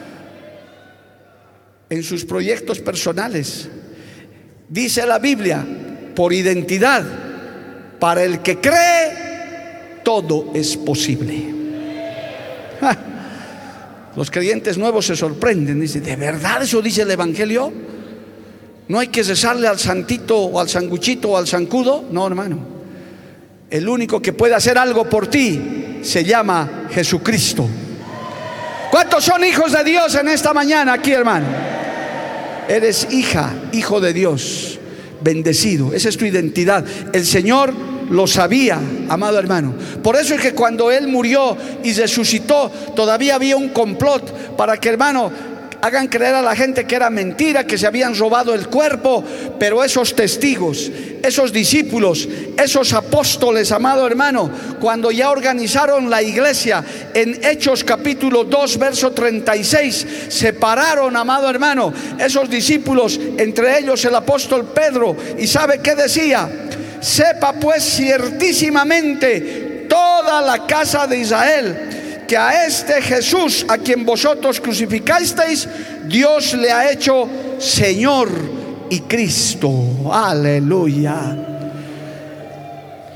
[SPEAKER 2] En sus proyectos personales, dice la Biblia, por identidad, para el que cree, todo es posible. ¡Ja! Los creyentes nuevos se sorprenden, dicen: ¿de verdad eso dice el evangelio? ¿No hay que rezarle al santito o al sanguchito o al zancudo? No, hermano. El único que puede hacer algo por ti se llama Jesucristo. ¿Cuántos son hijos de Dios en esta mañana aquí, hermano? Eres hija, hijo de Dios, bendecido. Esa es tu identidad. El Señor lo sabía, amado hermano. Por eso es que cuando Él murió y resucitó, todavía había un complot para que, hermano, hagan creer a la gente que era mentira, que se habían robado el cuerpo. Pero esos testigos, esos discípulos, esos apóstoles, amado hermano, cuando ya organizaron la iglesia en Hechos capítulo dos verso treinta y seis, separaron, amado hermano, esos discípulos, entre ellos el apóstol Pedro. ¿Y sabe qué decía? Sepa pues ciertísimamente toda la casa de Israel que a este Jesús, a quien vosotros crucificasteis, Dios le ha hecho Señor y Cristo. Aleluya.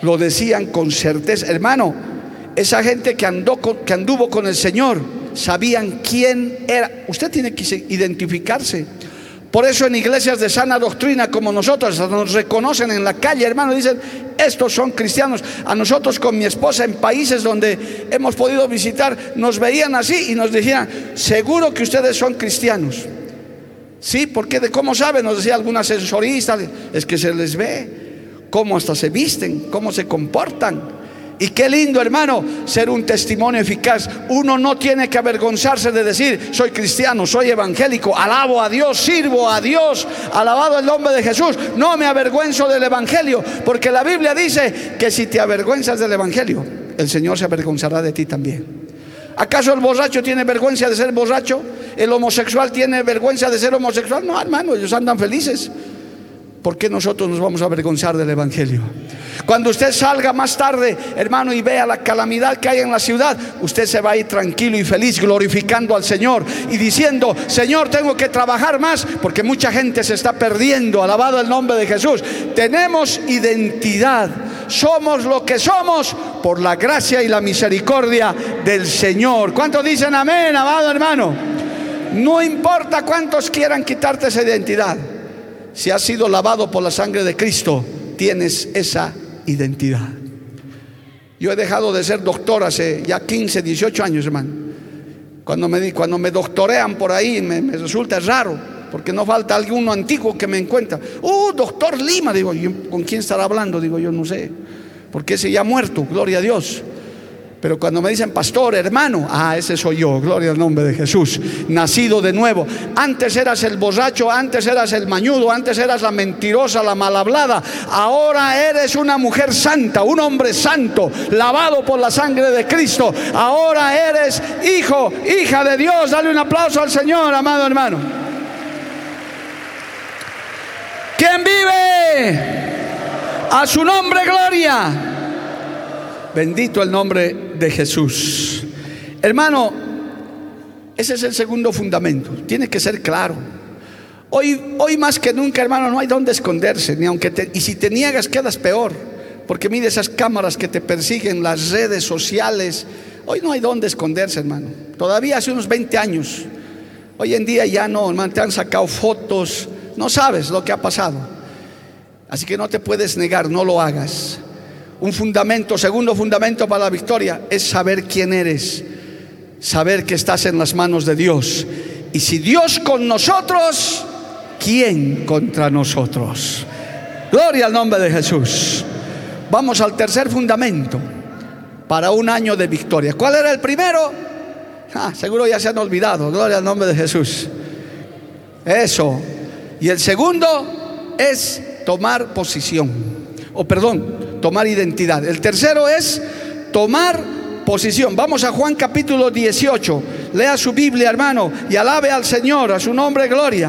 [SPEAKER 2] lo decían con certeza. Hermano, esa gente que, andó con, que anduvo con el Señor, sabían quién era. Usted tiene que identificarse. Por eso en iglesias de sana doctrina como nosotros nos reconocen en la calle, hermano, dicen, estos son cristianos. A nosotros con mi esposa en países donde hemos podido visitar, nos veían así y nos decían, seguro que ustedes son cristianos. Sí, porque de cómo saben, nos decía algún ascensorista, es que se les ve cómo hasta se visten, cómo se comportan. Y qué lindo, hermano, ser un testimonio eficaz. Uno no tiene que avergonzarse de decir, soy cristiano, soy evangélico, alabo a Dios, sirvo a Dios, alabado el nombre de Jesús. No me avergüenzo del evangelio, porque la Biblia dice que si te avergüenzas del evangelio, el Señor se avergonzará de ti también. ¿Acaso el borracho tiene vergüenza de ser borracho? ¿El homosexual tiene vergüenza de ser homosexual? No, hermano, ellos andan felices. ¿Por qué nosotros nos vamos a avergonzar del evangelio? Cuando usted salga más tarde, hermano, y vea la calamidad que hay en la ciudad, usted se va a ir tranquilo y feliz, glorificando al Señor y diciendo, Señor, tengo que trabajar más, porque mucha gente se está perdiendo. Alabado el nombre de Jesús. Tenemos identidad. Somos lo que somos por la gracia y la misericordia del Señor. ¿Cuántos dicen amén, amado hermano? No importa cuántos quieran quitarte esa identidad. Si has sido lavado por la sangre de Cristo, tienes esa identidad. Yo he dejado de ser doctor hace ya quince, dieciocho años, hermano. Cuando me, cuando me doctorean por ahí, me, me resulta raro, porque no falta alguno antiguo que me encuentra. ¡Uh, doctor Lima! Digo, ¿con quién estará hablando? Digo, yo no sé, porque ese ya ha muerto, gloria a Dios. Pero cuando me dicen pastor, hermano, ah, ese soy yo, gloria al nombre de Jesús, nacido de nuevo. Antes eras el borracho, antes eras el mañudo, antes eras la mentirosa, la mal hablada. Ahora eres una mujer santa, un hombre santo, lavado por la sangre de Cristo. Ahora eres hijo, hija de Dios. Dale un aplauso al Señor, amado hermano. ¿Quién vive? A su nombre, gloria. Bendito el nombre de Jesús. Hermano, ese es el segundo fundamento. Tiene que ser claro. Hoy, hoy más que nunca, hermano, no hay dónde esconderse, ni aunque te, y si te niegas quedas peor, porque mire esas cámaras que te persiguen, las redes sociales. Hoy no hay dónde esconderse, hermano. Todavía hace unos veinte años. Hoy en día ya no, hermano, te han sacado fotos. No sabes lo que ha pasado. Así que no te puedes negar, no lo hagas. Un fundamento, segundo fundamento para la victoria, es saber quién eres, saber que estás en las manos de Dios. Y si Dios con nosotros, ¿quién contra nosotros? Gloria al nombre de Jesús. Vamos al tercer fundamento para un año de victoria. ¿Cuál era el primero? Ah, seguro ya se han olvidado. Gloria al nombre de Jesús. Eso. Y el segundo es tomar posición. O perdón, tomar identidad. El tercero es tomar posición. Vamos a Juan capítulo dieciocho. Lea su Biblia, hermano, y alabe al Señor, a su nombre, gloria.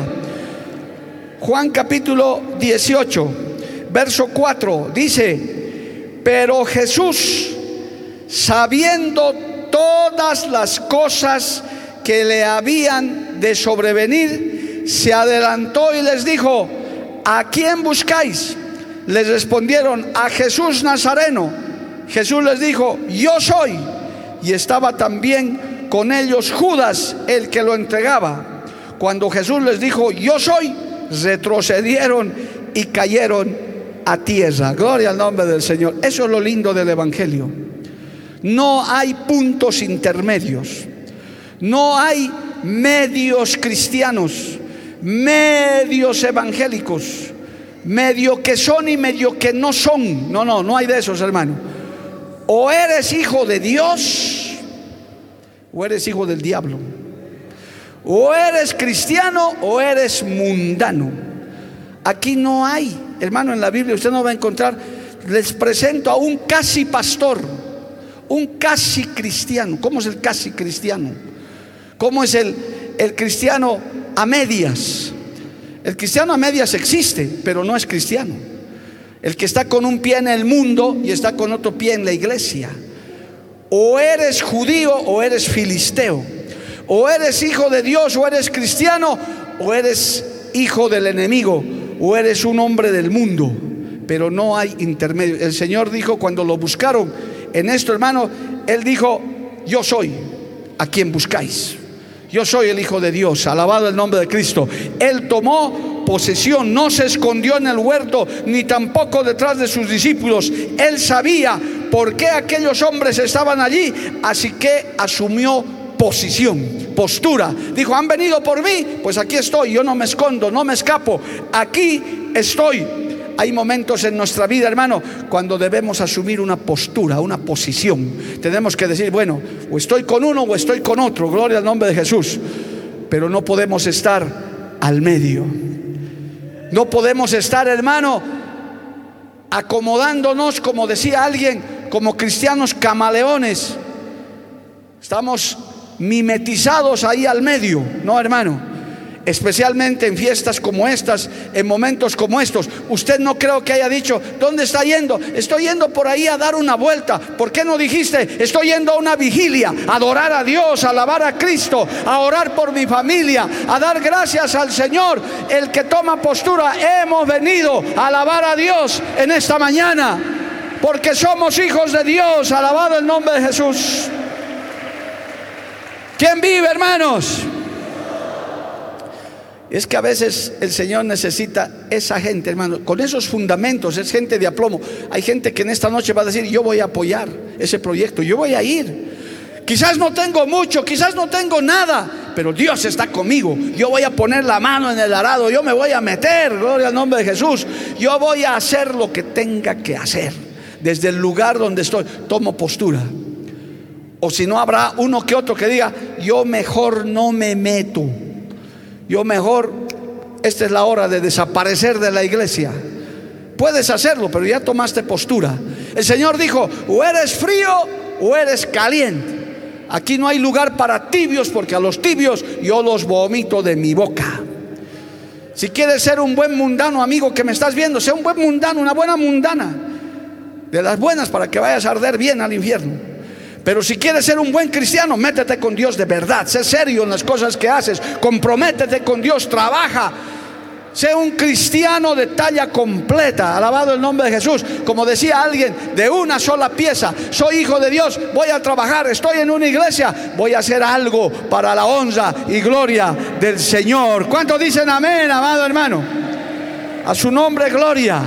[SPEAKER 2] Juan capítulo dieciocho, verso cuatro, dice: pero Jesús, sabiendo todas las cosas que le habían de sobrevenir, se adelantó y les dijo: ¿a quién buscáis? Les respondieron: a Jesús Nazareno. Jesús les dijo: yo soy. Y estaba también con ellos Judas, el que lo entregaba. Cuando Jesús les dijo: yo soy, retrocedieron y cayeron a tierra. Gloria al nombre del Señor. Eso es lo lindo del evangelio. No hay puntos intermedios. No hay medios cristianos, medios evangélicos, medio que son y medio que no son. No, no, no hay de esos, hermano. O eres hijo de Dios o eres hijo del diablo. O eres cristiano o eres mundano. Aquí no hay, hermano, en la Biblia usted no va a encontrar. Les presento a un casi pastor, un casi cristiano. ¿Cómo es el casi cristiano? ¿Cómo es el, el cristiano a medias? El cristiano a medias existe, pero no es cristiano. El que está con un pie en el mundo y está con otro pie en la iglesia. O eres judío o eres filisteo. O eres hijo de Dios o eres cristiano, o eres hijo del enemigo, o eres un hombre del mundo. pero no hay intermedio. El Señor dijo cuando lo buscaron en esto, hermano, Él dijo: yo soy a quien buscáis. Yo soy el Hijo de Dios, alabado el nombre de Cristo. Él tomó posesión, no se escondió en el huerto, ni tampoco detrás de sus discípulos. Él sabía por qué aquellos hombres estaban allí, así que asumió posición, postura. Dijo: han venido por mí, pues aquí estoy, yo no me escondo, no me escapo, aquí estoy. Hay momentos en nuestra vida, hermano, cuando debemos asumir una postura, una posición. Tenemos que decir: bueno, o estoy con uno o estoy con otro, gloria al nombre de Jesús. Pero no podemos estar al medio. No podemos estar, hermano, acomodándonos, como decía alguien, como cristianos camaleones. Estamos mimetizados ahí al medio, no, hermano. Especialmente en fiestas como estas, en momentos como estos. Usted no creo que haya dicho: ¿dónde está yendo? Estoy yendo por ahí a dar una vuelta. ¿Por qué no dijiste: estoy yendo a una vigilia, a adorar a Dios, a alabar a Cristo, a orar por mi familia, a dar gracias al Señor? El que toma postura, hemos venido a alabar a Dios en esta mañana, porque somos hijos de Dios, alabado el nombre de Jesús. ¿Quién vive, hermanos? Es que a veces el Señor necesita esa gente, hermano, con esos fundamentos. Es gente de aplomo. Hay gente que en esta noche va a decir: yo voy a apoyar ese proyecto, yo voy a ir. Quizás no tengo mucho, quizás no tengo nada, pero Dios está conmigo. Yo voy a poner la mano en el arado, yo me voy a meter, gloria al nombre de Jesús. Yo voy a hacer lo que tenga que hacer. Desde el lugar donde estoy, tomo postura. O si no, habrá uno que otro que diga: yo mejor no me meto. Yo mejor, esta es la hora de desaparecer de la iglesia. Puedes hacerlo, pero ya tomaste postura. El Señor dijo: o eres frío o eres caliente. Aquí no hay lugar para tibios, porque a los tibios yo los vomito de mi boca. Si quieres ser un buen mundano, amigo que me estás viendo, sea un buen mundano, una buena mundana, de las buenas, para que vayas a arder bien al infierno. Pero si quieres ser un buen cristiano, métete con Dios de verdad. Sé serio en las cosas que haces. Comprométete con Dios. Trabaja. Sé un cristiano de talla completa. Alabado el nombre de Jesús. Como decía alguien, de una sola pieza. Soy hijo de Dios. Voy a trabajar. Estoy en una iglesia. Voy a hacer algo para la honra y gloria del Señor. ¿Cuántos dicen amén, amado hermano? A su nombre, gloria.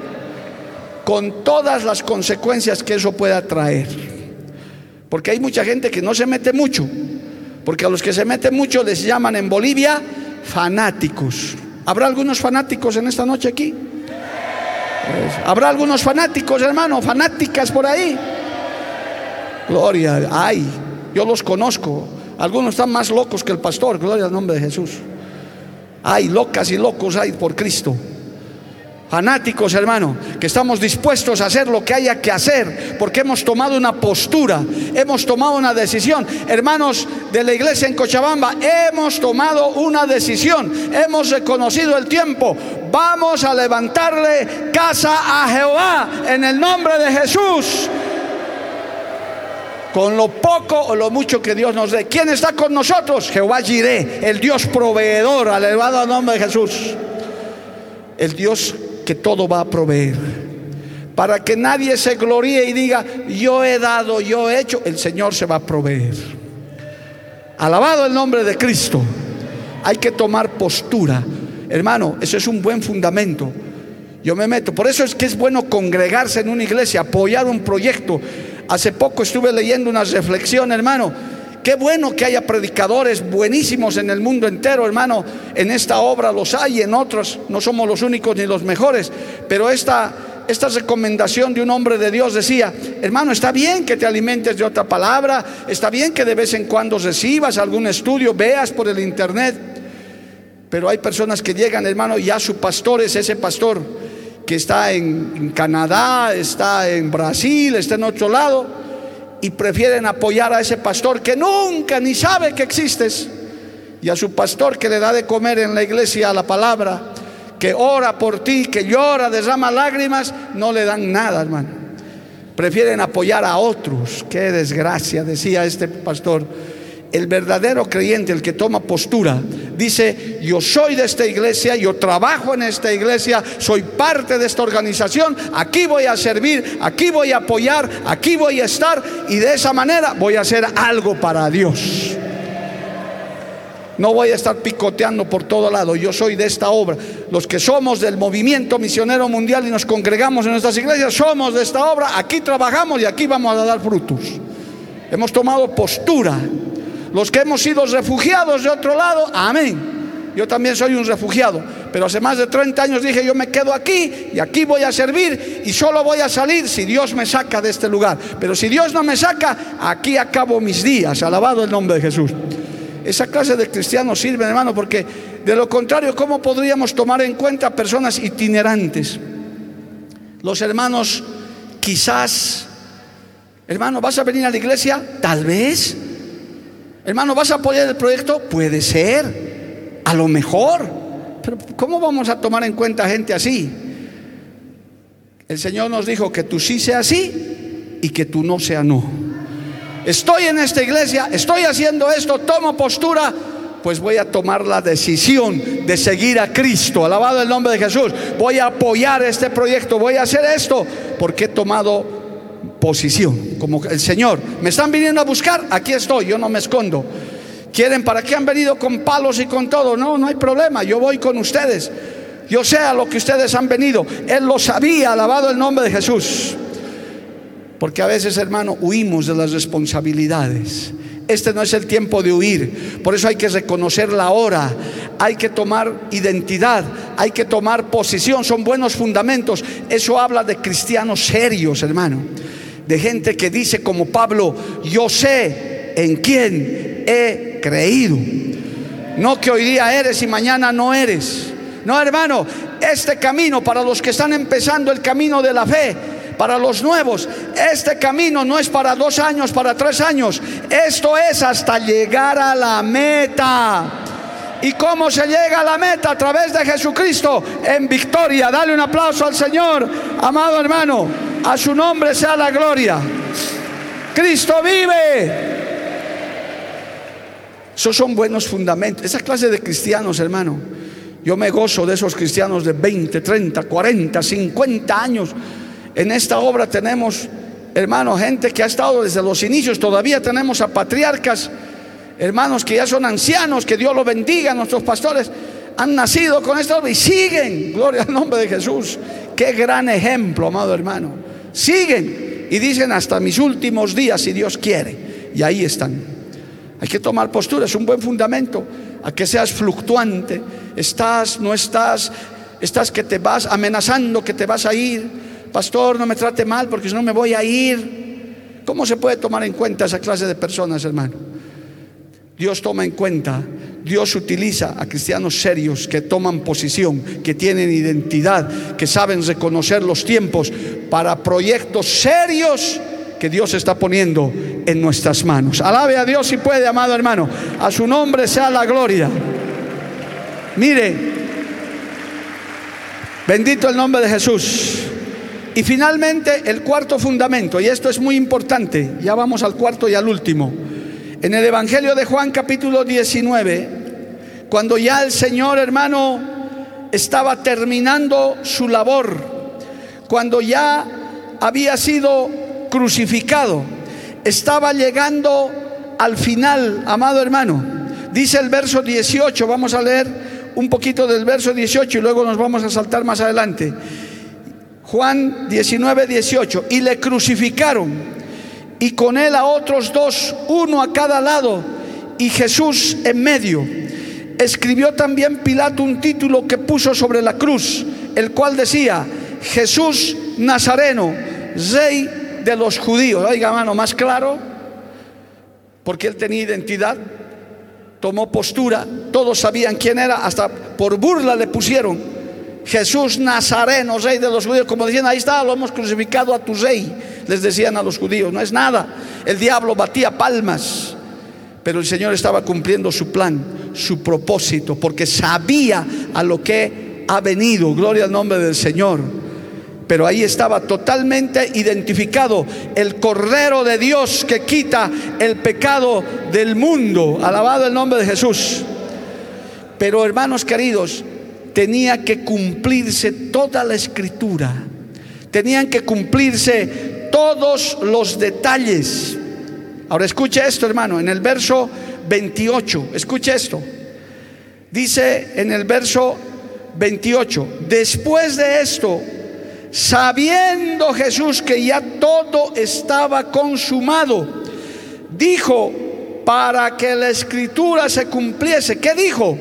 [SPEAKER 2] Con todas las consecuencias que eso pueda traer. Porque hay mucha gente que no se mete mucho. Porque a los que se meten mucho les llaman en Bolivia fanáticos. ¿Habrá algunos fanáticos en esta noche aquí? ¿Habrá algunos fanáticos, hermano? Fanáticas por ahí. Gloria, ay, yo los conozco. Algunos están más locos que el pastor, gloria al nombre de Jesús. Hay locas y locos hay por Cristo. Fanáticos, hermano, que estamos dispuestos a hacer lo que haya que hacer, porque hemos tomado una postura, hemos tomado una decisión. Hermanos de la iglesia en Cochabamba, hemos tomado una decisión, hemos reconocido el tiempo. Vamos a levantarle casa a Jehová en el nombre de Jesús, con lo poco o lo mucho que Dios nos dé. ¿Quién está con nosotros? Jehová Jireh, el Dios proveedor, alabado al nombre de Jesús. El Dios que todo va a proveer, para que nadie se gloríe y diga: yo he dado, yo he hecho. El Señor se va a proveer. Alabado el nombre de Cristo. Hay que tomar postura, hermano. Eso es un buen fundamento. Yo me meto. Por eso es que es bueno congregarse en una iglesia, apoyar un proyecto. Hace poco estuve leyendo una reflexión, hermano. Qué bueno que haya predicadores buenísimos en el mundo entero, hermano. En esta obra los hay, en otros no somos los únicos ni los mejores. Pero esta, esta recomendación de un hombre de Dios decía: hermano, está bien que te alimentes de otra palabra, está bien que de vez en cuando recibas algún estudio, veas por el internet. Pero hay personas que llegan, hermano, y ya su pastor es ese pastor que está en, en Canadá, está en Brasil, está en otro lado, y prefieren apoyar a ese pastor que nunca ni sabe que existes, y a su pastor que le da de comer en la iglesia la palabra, que ora por ti, que llora, derrama lágrimas, no le dan nada, hermano. Prefieren apoyar a otros. Qué desgracia, decía este pastor. El verdadero creyente, el que toma postura, Dice, yo soy de esta iglesia, yo trabajo en esta iglesia, soy parte de esta organización, aquí voy a servir, aquí voy a apoyar, aquí voy a estar, y de esa manera voy a hacer algo para Dios. No voy a estar picoteando por todo lado. Yo soy de esta obra. Los que somos del movimiento misionero mundial y nos congregamos en nuestras iglesias, somos de esta obra. Aquí trabajamos y aquí vamos a dar frutos. Hemos tomado postura. Los que hemos sido refugiados de otro lado, amén. Yo también soy un refugiado, pero hace más de treinta años dije, yo me quedo aquí y aquí voy a servir, y solo voy a salir si Dios me saca de este lugar. Pero si Dios no me saca, aquí acabo mis días. Alabado el nombre de Jesús. Esa clase de cristianos sirven, hermano, porque de lo contrario, ¿cómo podríamos tomar en cuenta personas itinerantes? Los hermanos, quizás, hermano, ¿vas a venir a la iglesia? Tal vez. Hermano, ¿vas a apoyar el proyecto? Puede ser, a lo mejor. Pero ¿cómo vamos a tomar en cuenta gente así? El Señor nos dijo que tú sí sea sí y que tú no sea no. Estoy en esta iglesia, estoy haciendo esto, tomo postura, pues voy a tomar la decisión de seguir a Cristo. Alabado el nombre de Jesús. Voy a apoyar este proyecto, voy a hacer esto porque he tomado posición. Como el Señor, me están viniendo a buscar, aquí estoy, yo no me escondo. ¿Quieren para qué han venido con palos y con todo? No, no hay problema, yo voy con ustedes. Yo sé a lo que ustedes han venido. Él lo sabía, alabado el nombre de Jesús. Porque a veces, hermano, huimos de las responsabilidades. Este no es el tiempo de huir. Por eso hay que reconocer la hora. Hay que tomar identidad. Hay que tomar posición. Son buenos fundamentos. Eso habla de cristianos serios, hermano. De gente que dice como Pablo, yo sé en quién he creído. No que hoy día eres y mañana no eres. No, hermano, este camino para los que están empezando el camino de la fe, para los nuevos, este camino no es para dos años, para tres años. Esto es hasta llegar a la meta. ¿Y cómo se llega a la meta? A través de Jesucristo, en victoria. Dale un aplauso al Señor, amado hermano. A su nombre sea la gloria. Cristo vive. Esos son buenos fundamentos. Esa clase de cristianos, hermano, yo me gozo de esos cristianos de veinte, treinta, cuarenta, cincuenta años. En esta obra tenemos, hermanos, gente que ha estado desde los inicios. Todavía tenemos a patriarcas, hermanos que ya son ancianos, que Dios los bendiga. Nuestros pastores han nacido con esta obra y siguen, gloria al nombre de Jesús. Qué gran ejemplo, amado hermano. Siguen y dicen hasta mis últimos días, si Dios quiere. Y ahí están. Hay que tomar postura, es un buen fundamento. A que seas fluctuante, estás, no estás, estás que te vas amenazando que te vas a ir. Pastor, no me trate mal porque si no me voy a ir. ¿Cómo se puede tomar en cuenta esa clase de personas, hermano? Dios toma en cuenta, Dios utiliza a cristianos serios que toman posición, que tienen identidad, que saben reconocer los tiempos para proyectos serios que Dios está poniendo en nuestras manos. Alabe a Dios si puede, amado hermano. A su nombre sea la gloria. Mire, bendito el nombre de Jesús. Y finalmente el cuarto fundamento, y esto es muy importante, ya vamos al cuarto y al último. En el Evangelio de Juan capítulo diecinueve, cuando ya el Señor, hermano, estaba terminando su labor, cuando ya había sido crucificado, estaba llegando al final, amado hermano. Dice el verso dieciocho, vamos a leer un poquito del verso dieciocho y luego nos vamos a saltar más adelante. Juan diecinueve, dieciocho. Y le crucificaron, y con él a otros dos, uno a cada lado, y Jesús en medio. Escribió también Pilato un título que puso sobre la cruz, el cual decía: Jesús Nazareno, Rey de los judíos. Oiga, hermano, más claro, porque él tenía identidad, tomó postura, todos sabían quién era, hasta por burla le pusieron Jesús Nazareno, Rey de los judíos, como decían, ahí está, lo hemos crucificado a tu rey, les decían a los judíos. No es nada, el diablo batía palmas, pero el Señor estaba cumpliendo su plan, su propósito, porque sabía a lo que ha venido. Gloria al nombre del Señor. Pero ahí estaba totalmente identificado el Cordero de Dios que quita el pecado del mundo. Alabado el nombre de Jesús. Pero hermanos queridos, tenía que cumplirse toda la escritura. Tenían que cumplirse todos los detalles. Ahora escuche esto, hermano, en el verso veintiocho, escuche esto. Dice en el verso veintiocho: después de esto, sabiendo Jesús que ya todo estaba consumado, dijo, para que la escritura se cumpliese. ¿Qué dijo?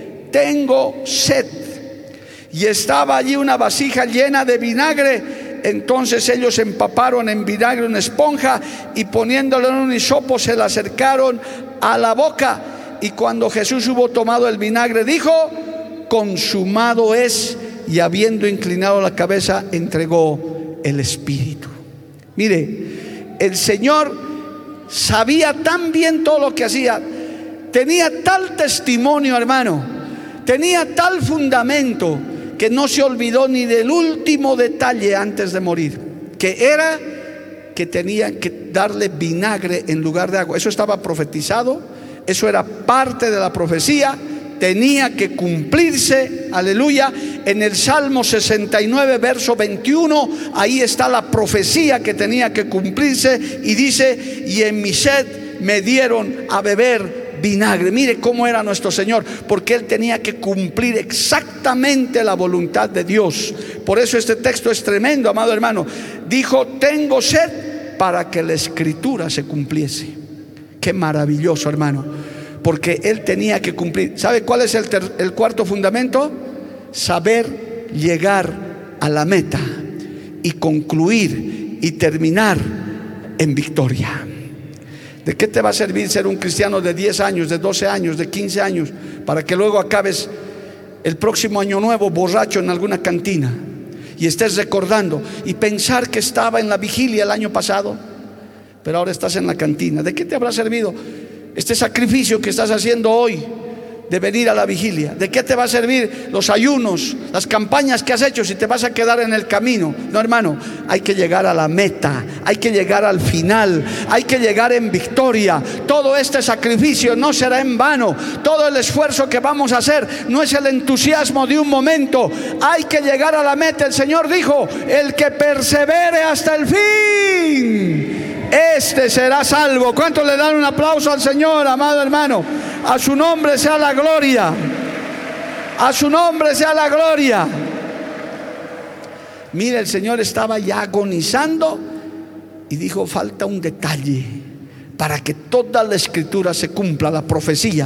[SPEAKER 2] Tengo sed. Y estaba allí una vasija llena de vinagre. Entonces ellos empaparon en vinagre una esponja y poniéndole en un hisopo se la acercaron a la boca. Y cuando Jesús hubo tomado el vinagre, dijo, consumado es. Y habiendo inclinado la cabeza, entregó el espíritu. Mire, el Señor sabía tan bien todo lo que hacía, tenía tal testimonio, hermano, tenía tal fundamento, que no se olvidó ni del último detalle antes de morir, que era que tenían que darle vinagre en lugar de agua. Eso estaba profetizado, eso era parte de la profecía, tenía que cumplirse, aleluya. En el Salmo sesenta y nueve, verso veintiuno, ahí está la profecía que tenía que cumplirse, y dice, y en mi sed me dieron a beber vinagre. Mire cómo era nuestro Señor, porque Él tenía que cumplir exactamente la voluntad de Dios. Por eso este texto es tremendo, amado hermano. Dijo, tengo sed, para que la escritura se cumpliese. Qué maravilloso, hermano, porque Él tenía que cumplir. ¿Sabe cuál es el, ter- el cuarto fundamento? Saber llegar a la meta y concluir y terminar en victoria. ¿De qué te va a servir ser un cristiano de diez años, de doce años, de quince años, para que luego acabes el próximo año nuevo borracho en alguna cantina y estés recordando y pensar que estaba en la vigilia el año pasado, pero ahora estás en la cantina? ¿De qué te habrá servido este sacrificio que estás haciendo hoy de venir a la vigilia? ¿De qué te va a servir los ayunos, las campañas que has hecho si te vas a quedar en el camino? No, hermano, hay que llegar a la meta, hay que llegar al final, hay que llegar en victoria. Todo este sacrificio no será en vano. Todo el esfuerzo que vamos a hacer no es el entusiasmo de un momento. Hay que llegar a la meta. El Señor dijo, el que persevere hasta el fin, este será salvo. ¿Cuántos le dan un aplauso al Señor, amado hermano? A su nombre sea la gloria. A su nombre sea la gloria. Mire, el Señor estaba ya agonizando y dijo, falta un detalle para que toda la escritura se cumpla, la profecía.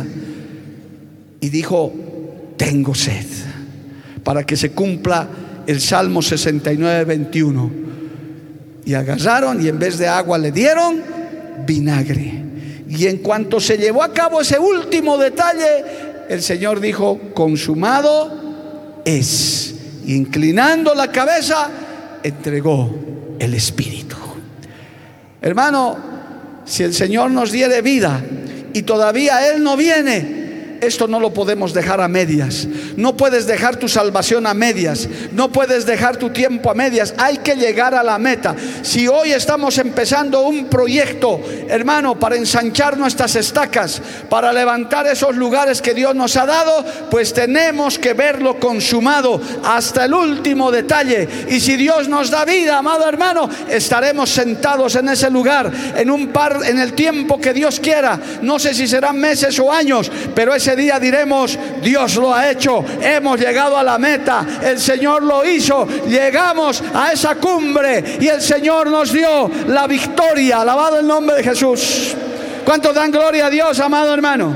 [SPEAKER 2] Y dijo, tengo sed, para que se cumpla el Salmo sesenta y nueve, veintiuno. Y agarraron y en vez de agua le dieron vinagre. Y en cuanto se llevó a cabo ese último detalle, el Señor dijo, consumado es. Y inclinando la cabeza, entregó el espíritu. Hermano, si el Señor nos diere vida y todavía Él no viene, esto no lo podemos dejar a medias. No puedes dejar tu salvación a medias. No puedes dejar tu tiempo a medias. Hay que llegar a la meta. Si hoy estamos empezando un proyecto, hermano, para ensanchar nuestras estacas, para levantar esos lugares que Dios nos ha dado, pues tenemos que verlo consumado hasta el último detalle. Y si Dios nos da vida, amado hermano, estaremos sentados en ese lugar en un par, en el tiempo que Dios quiera. No sé si serán meses o años, pero ese día diremos, Dios lo ha hecho, hemos llegado a la meta, el Señor lo hizo, llegamos a esa cumbre y el Señor nos dio la victoria. Alabado el nombre de Jesús. ¿Cuántos dan gloria a Dios, amado hermano?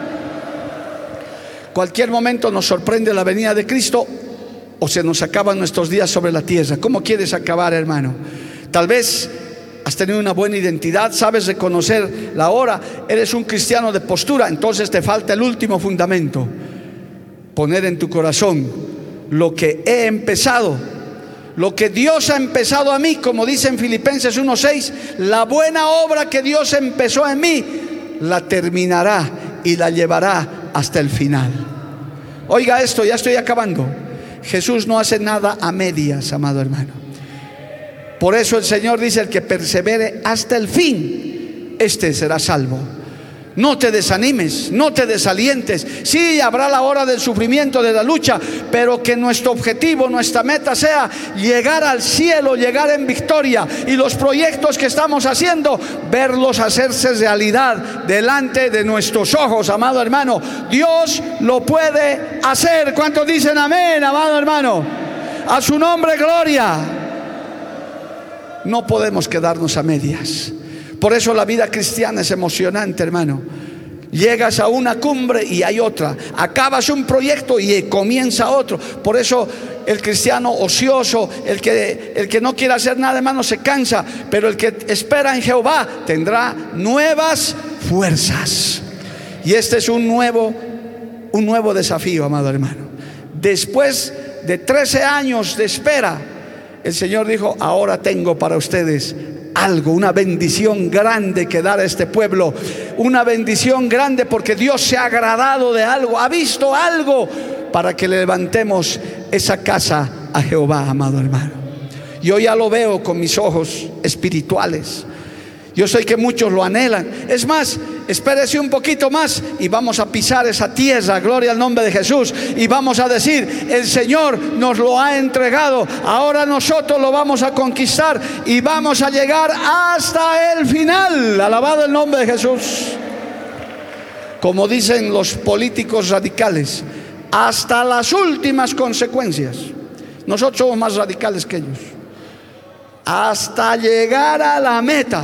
[SPEAKER 2] Cualquier momento nos sorprende la venida de Cristo o se nos acaban nuestros días sobre la tierra. ¿Cómo quieres acabar, hermano? Tal vez has tenido una buena identidad, sabes reconocer la hora, eres un cristiano de postura, entonces te falta el último fundamento: poner en tu corazón lo que he empezado, lo que Dios ha empezado a mí, como dice en Filipenses uno seis, la buena obra que Dios empezó en mí, la terminará y la llevará hasta el final. Oiga esto, ya estoy acabando. Jesús no hace nada a medias, amado hermano. Por eso el Señor dice, el que persevere hasta el fin, este será salvo. No te desanimes, no te desalientes. Sí, habrá la hora del sufrimiento, de la lucha, pero que nuestro objetivo, nuestra meta sea llegar al cielo, llegar en victoria, y los proyectos que estamos haciendo, verlos hacerse realidad delante de nuestros ojos, amado hermano. Dios lo puede hacer. ¿Cuántos dicen amén, amado hermano? A su nombre, gloria. No podemos quedarnos a medias. Por eso la vida cristiana es emocionante, hermano. Llegas a una cumbre y hay otra. Acabas un proyecto y comienza otro. Por eso el cristiano ocioso, el que, el que no quiere hacer nada, hermano, se cansa. Pero el que espera en Jehová tendrá nuevas fuerzas. Y este es un nuevo, un nuevo desafío, amado hermano. Después de trece años de espera, el Señor dijo: ahora tengo para ustedes algo, una bendición grande que dar a este pueblo. Una bendición grande porque Dios se ha agradado de algo, ha visto algo para que le levantemos esa casa a Jehová, amado hermano. Yo ya lo veo con mis ojos espirituales. Yo sé que muchos lo anhelan. Es más, espérese un poquito más y vamos a pisar esa tierra, gloria al nombre de Jesús, y vamos a decir: el Señor nos lo ha entregado, ahora nosotros lo vamos a conquistar y vamos a llegar hasta el final. Alabado el nombre de Jesús. Como dicen los políticos radicales, hasta las últimas consecuencias. Nosotros somos más radicales que ellos. Hasta llegar a la meta.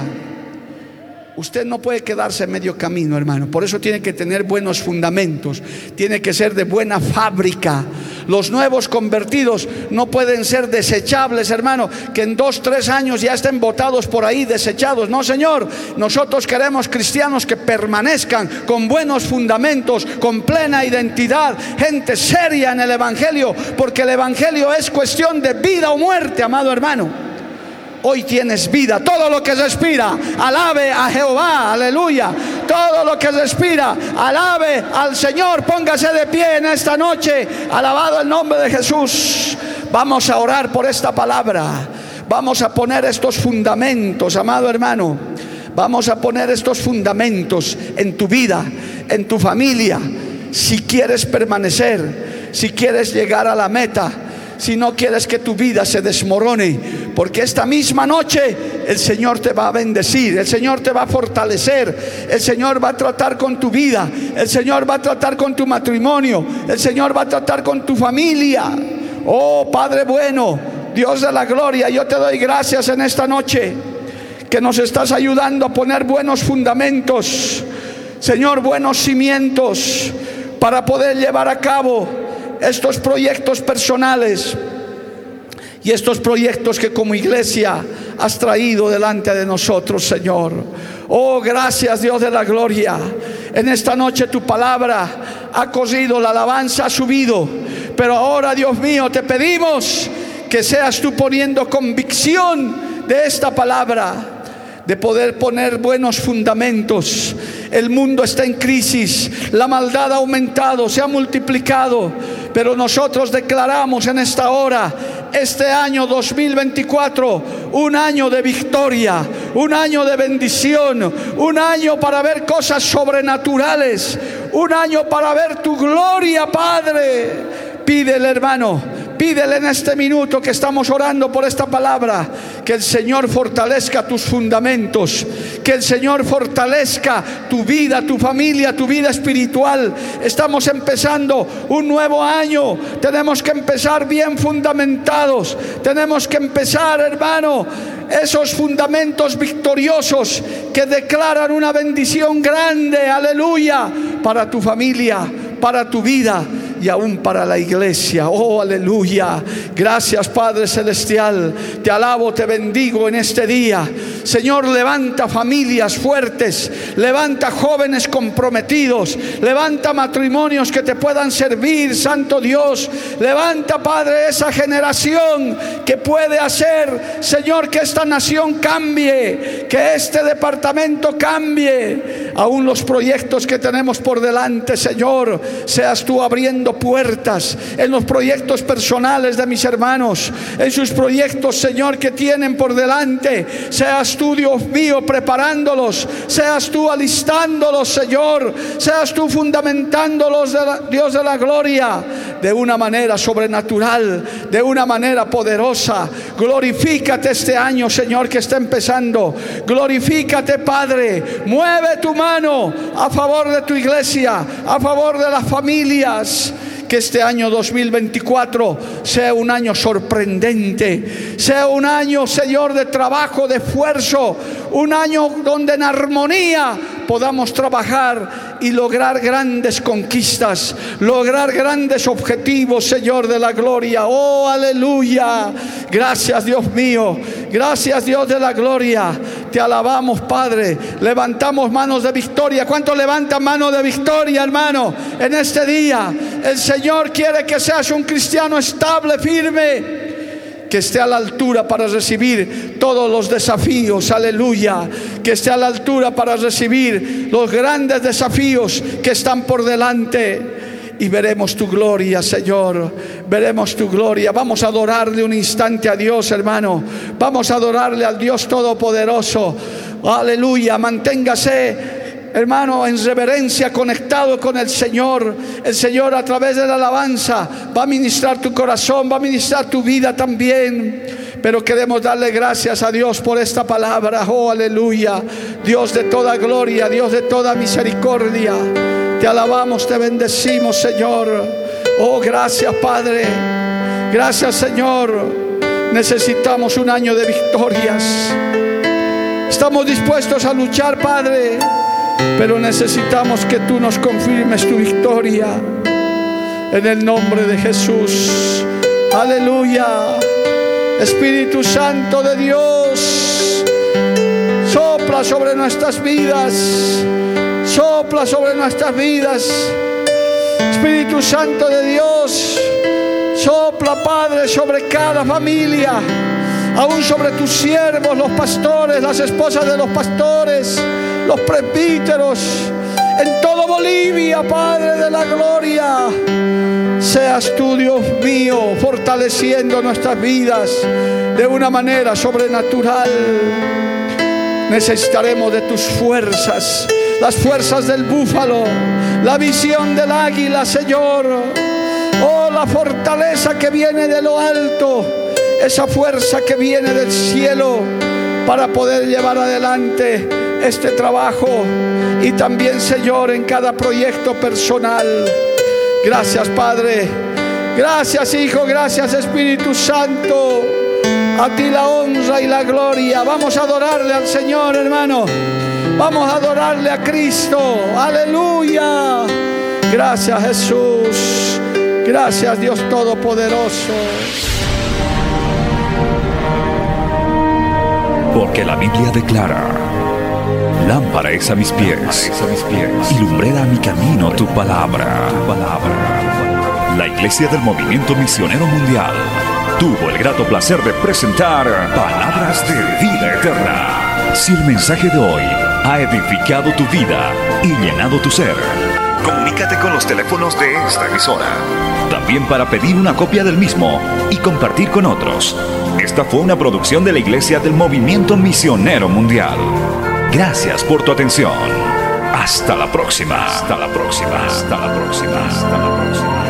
[SPEAKER 2] Usted no puede quedarse en medio camino, hermano. Por eso tiene que tener buenos fundamentos. Tiene que ser de buena fábrica. Los nuevos convertidos no pueden ser desechables, hermano, que en dos, tres años ya estén botados por ahí, desechados. No, Señor. Nosotros queremos cristianos que permanezcan con buenos fundamentos, con plena identidad, gente seria en el Evangelio, porque el Evangelio es cuestión de vida o muerte, amado hermano. Hoy tienes vida. Todo lo que respira, alabe a Jehová, aleluya. Todo lo que respira, alabe al Señor. Póngase de pie en esta noche. Alabado el nombre de Jesús. Vamos a orar por esta palabra. Vamos a poner estos fundamentos, amado hermano. Vamos a poner estos fundamentos en tu vida, en tu familia. Si quieres permanecer, si quieres llegar a la meta, si no quieres que tu vida se desmorone, porque esta misma noche el Señor te va a bendecir, el Señor te va a fortalecer, el Señor va a tratar con tu vida, el Señor va a tratar con tu matrimonio, el Señor va a tratar con tu familia. Oh Padre bueno, Dios de la gloria, yo te doy gracias en esta noche que nos estás ayudando a poner buenos fundamentos, Señor, buenos cimientos para poder llevar a cabo estos proyectos personales y estos proyectos que como iglesia has traído delante de nosotros, Señor. Oh, gracias, Dios de la gloria. En esta noche tu palabra ha corrido, la alabanza ha subido, pero ahora, Dios mío, te pedimos que seas tú poniendo convicción de esta palabra, de poder poner buenos fundamentos. El mundo está en crisis, la maldad ha aumentado, se ha multiplicado, pero nosotros declaramos en esta hora, este año dos mil veinticuatro, un año de victoria, un año de bendición, un año para ver cosas sobrenaturales, un año para ver tu gloria, Padre. Pídele, hermano, pídele en este minuto que estamos orando por esta palabra, que el Señor fortalezca tus fundamentos, que el Señor fortalezca tu vida, tu familia, tu vida espiritual. Estamos empezando un nuevo año, tenemos que empezar bien fundamentados, tenemos que empezar, hermano, esos fundamentos victoriosos que declaran una bendición grande, aleluya, para tu familia, para tu vida y aún para la iglesia. Oh, aleluya. Gracias, Padre celestial. Te alabo, te bendigo en este día. Señor, levanta familias fuertes, levanta jóvenes comprometidos, levanta matrimonios que te puedan servir, Santo Dios. Levanta, Padre, esa generación que puede hacer, Señor, que esta nación cambie, que este departamento cambie. Aún los proyectos que tenemos por delante, Señor, seas tú abriendo puertas en los proyectos personales de mis hermanos, en sus proyectos, Señor, que tienen por delante. Seas seas tú, Dios mío, preparándolos, seas tú alistándolos, Señor, seas tú fundamentándolos, de la, Dios de la gloria, de una manera sobrenatural, de una manera poderosa. Glorifícate este año, Señor, que está empezando. Glorifícate, Padre. Mueve tu mano a favor de tu iglesia, a favor de las familias. Que este año dos mil veinticuatro sea un año sorprendente, sea un año, Señor, de trabajo, de esfuerzo, un año donde en armonía podamos trabajar y lograr grandes conquistas, lograr grandes objetivos, Señor de la gloria. Oh, aleluya. Gracias, Dios mío. Gracias, Dios de la gloria. Te alabamos, Padre. Levantamos manos de victoria. ¿Cuántos levantan manos de victoria, hermano? En este día el Señor quiere que seas un cristiano estable, firme, que esté a la altura para recibir todos los desafíos, aleluya, que esté a la altura para recibir los grandes desafíos que están por delante. Y veremos tu gloria, Señor, veremos tu gloria. Vamos a adorarle un instante a Dios, hermano. Vamos a adorarle al Dios Todopoderoso, aleluya. Manténgase, hermano, en reverencia, conectado con el Señor. El Señor, a través de la alabanza, va a ministrar tu corazón, va a ministrar tu vida también. Pero queremos darle gracias a Dios por esta palabra. Oh, aleluya. Dios de toda gloria, Dios de toda misericordia, te alabamos, te bendecimos, Señor. Oh, gracias, Padre. Gracias, Señor. Necesitamos un año de victorias. Estamos dispuestos a luchar, Padre, pero necesitamos que tú nos confirmes tu victoria. En el nombre de Jesús. Aleluya. Espíritu Santo de Dios, sopla sobre nuestras vidas. Sopla sobre nuestras vidas. Espíritu Santo de Dios, sopla, Padre, sobre cada familia, aún sobre tus siervos, los pastores, las esposas de los pastores, los presbíteros, en todo Bolivia, Padre de la gloria. Seas tú, Dios mío, fortaleciendo nuestras vidas de una manera sobrenatural. Necesitaremos de tus fuerzas, las fuerzas del búfalo, la visión del águila, Señor. Oh, la fortaleza que viene de lo alto, esa fuerza que viene del cielo para poder llevar adelante este trabajo. Y también, Señor, en cada proyecto personal. Gracias, Padre. Gracias, Hijo. Gracias, Espíritu Santo. A ti la honra y la gloria. Vamos a adorarle al Señor, hermano. Vamos a adorarle a Cristo. Aleluya. Gracias, Jesús. Gracias, Dios Todopoderoso.
[SPEAKER 1] Porque la Biblia declara: lámpara es a mis pies y lumbrera a mi camino tu palabra. La Iglesia del Movimiento Misionero Mundial tuvo el grato placer de presentar Palabras de Vida Eterna. Si el mensaje de hoy ha edificado tu vida y llenado tu ser, comunícate con los teléfonos de esta emisora. También para pedir una copia del mismo y compartir con otros. Esta fue una producción de la Iglesia del Movimiento Misionero Mundial. Gracias por tu atención. Hasta la próxima. Hasta la próxima. Hasta la próxima. Hasta la próxima.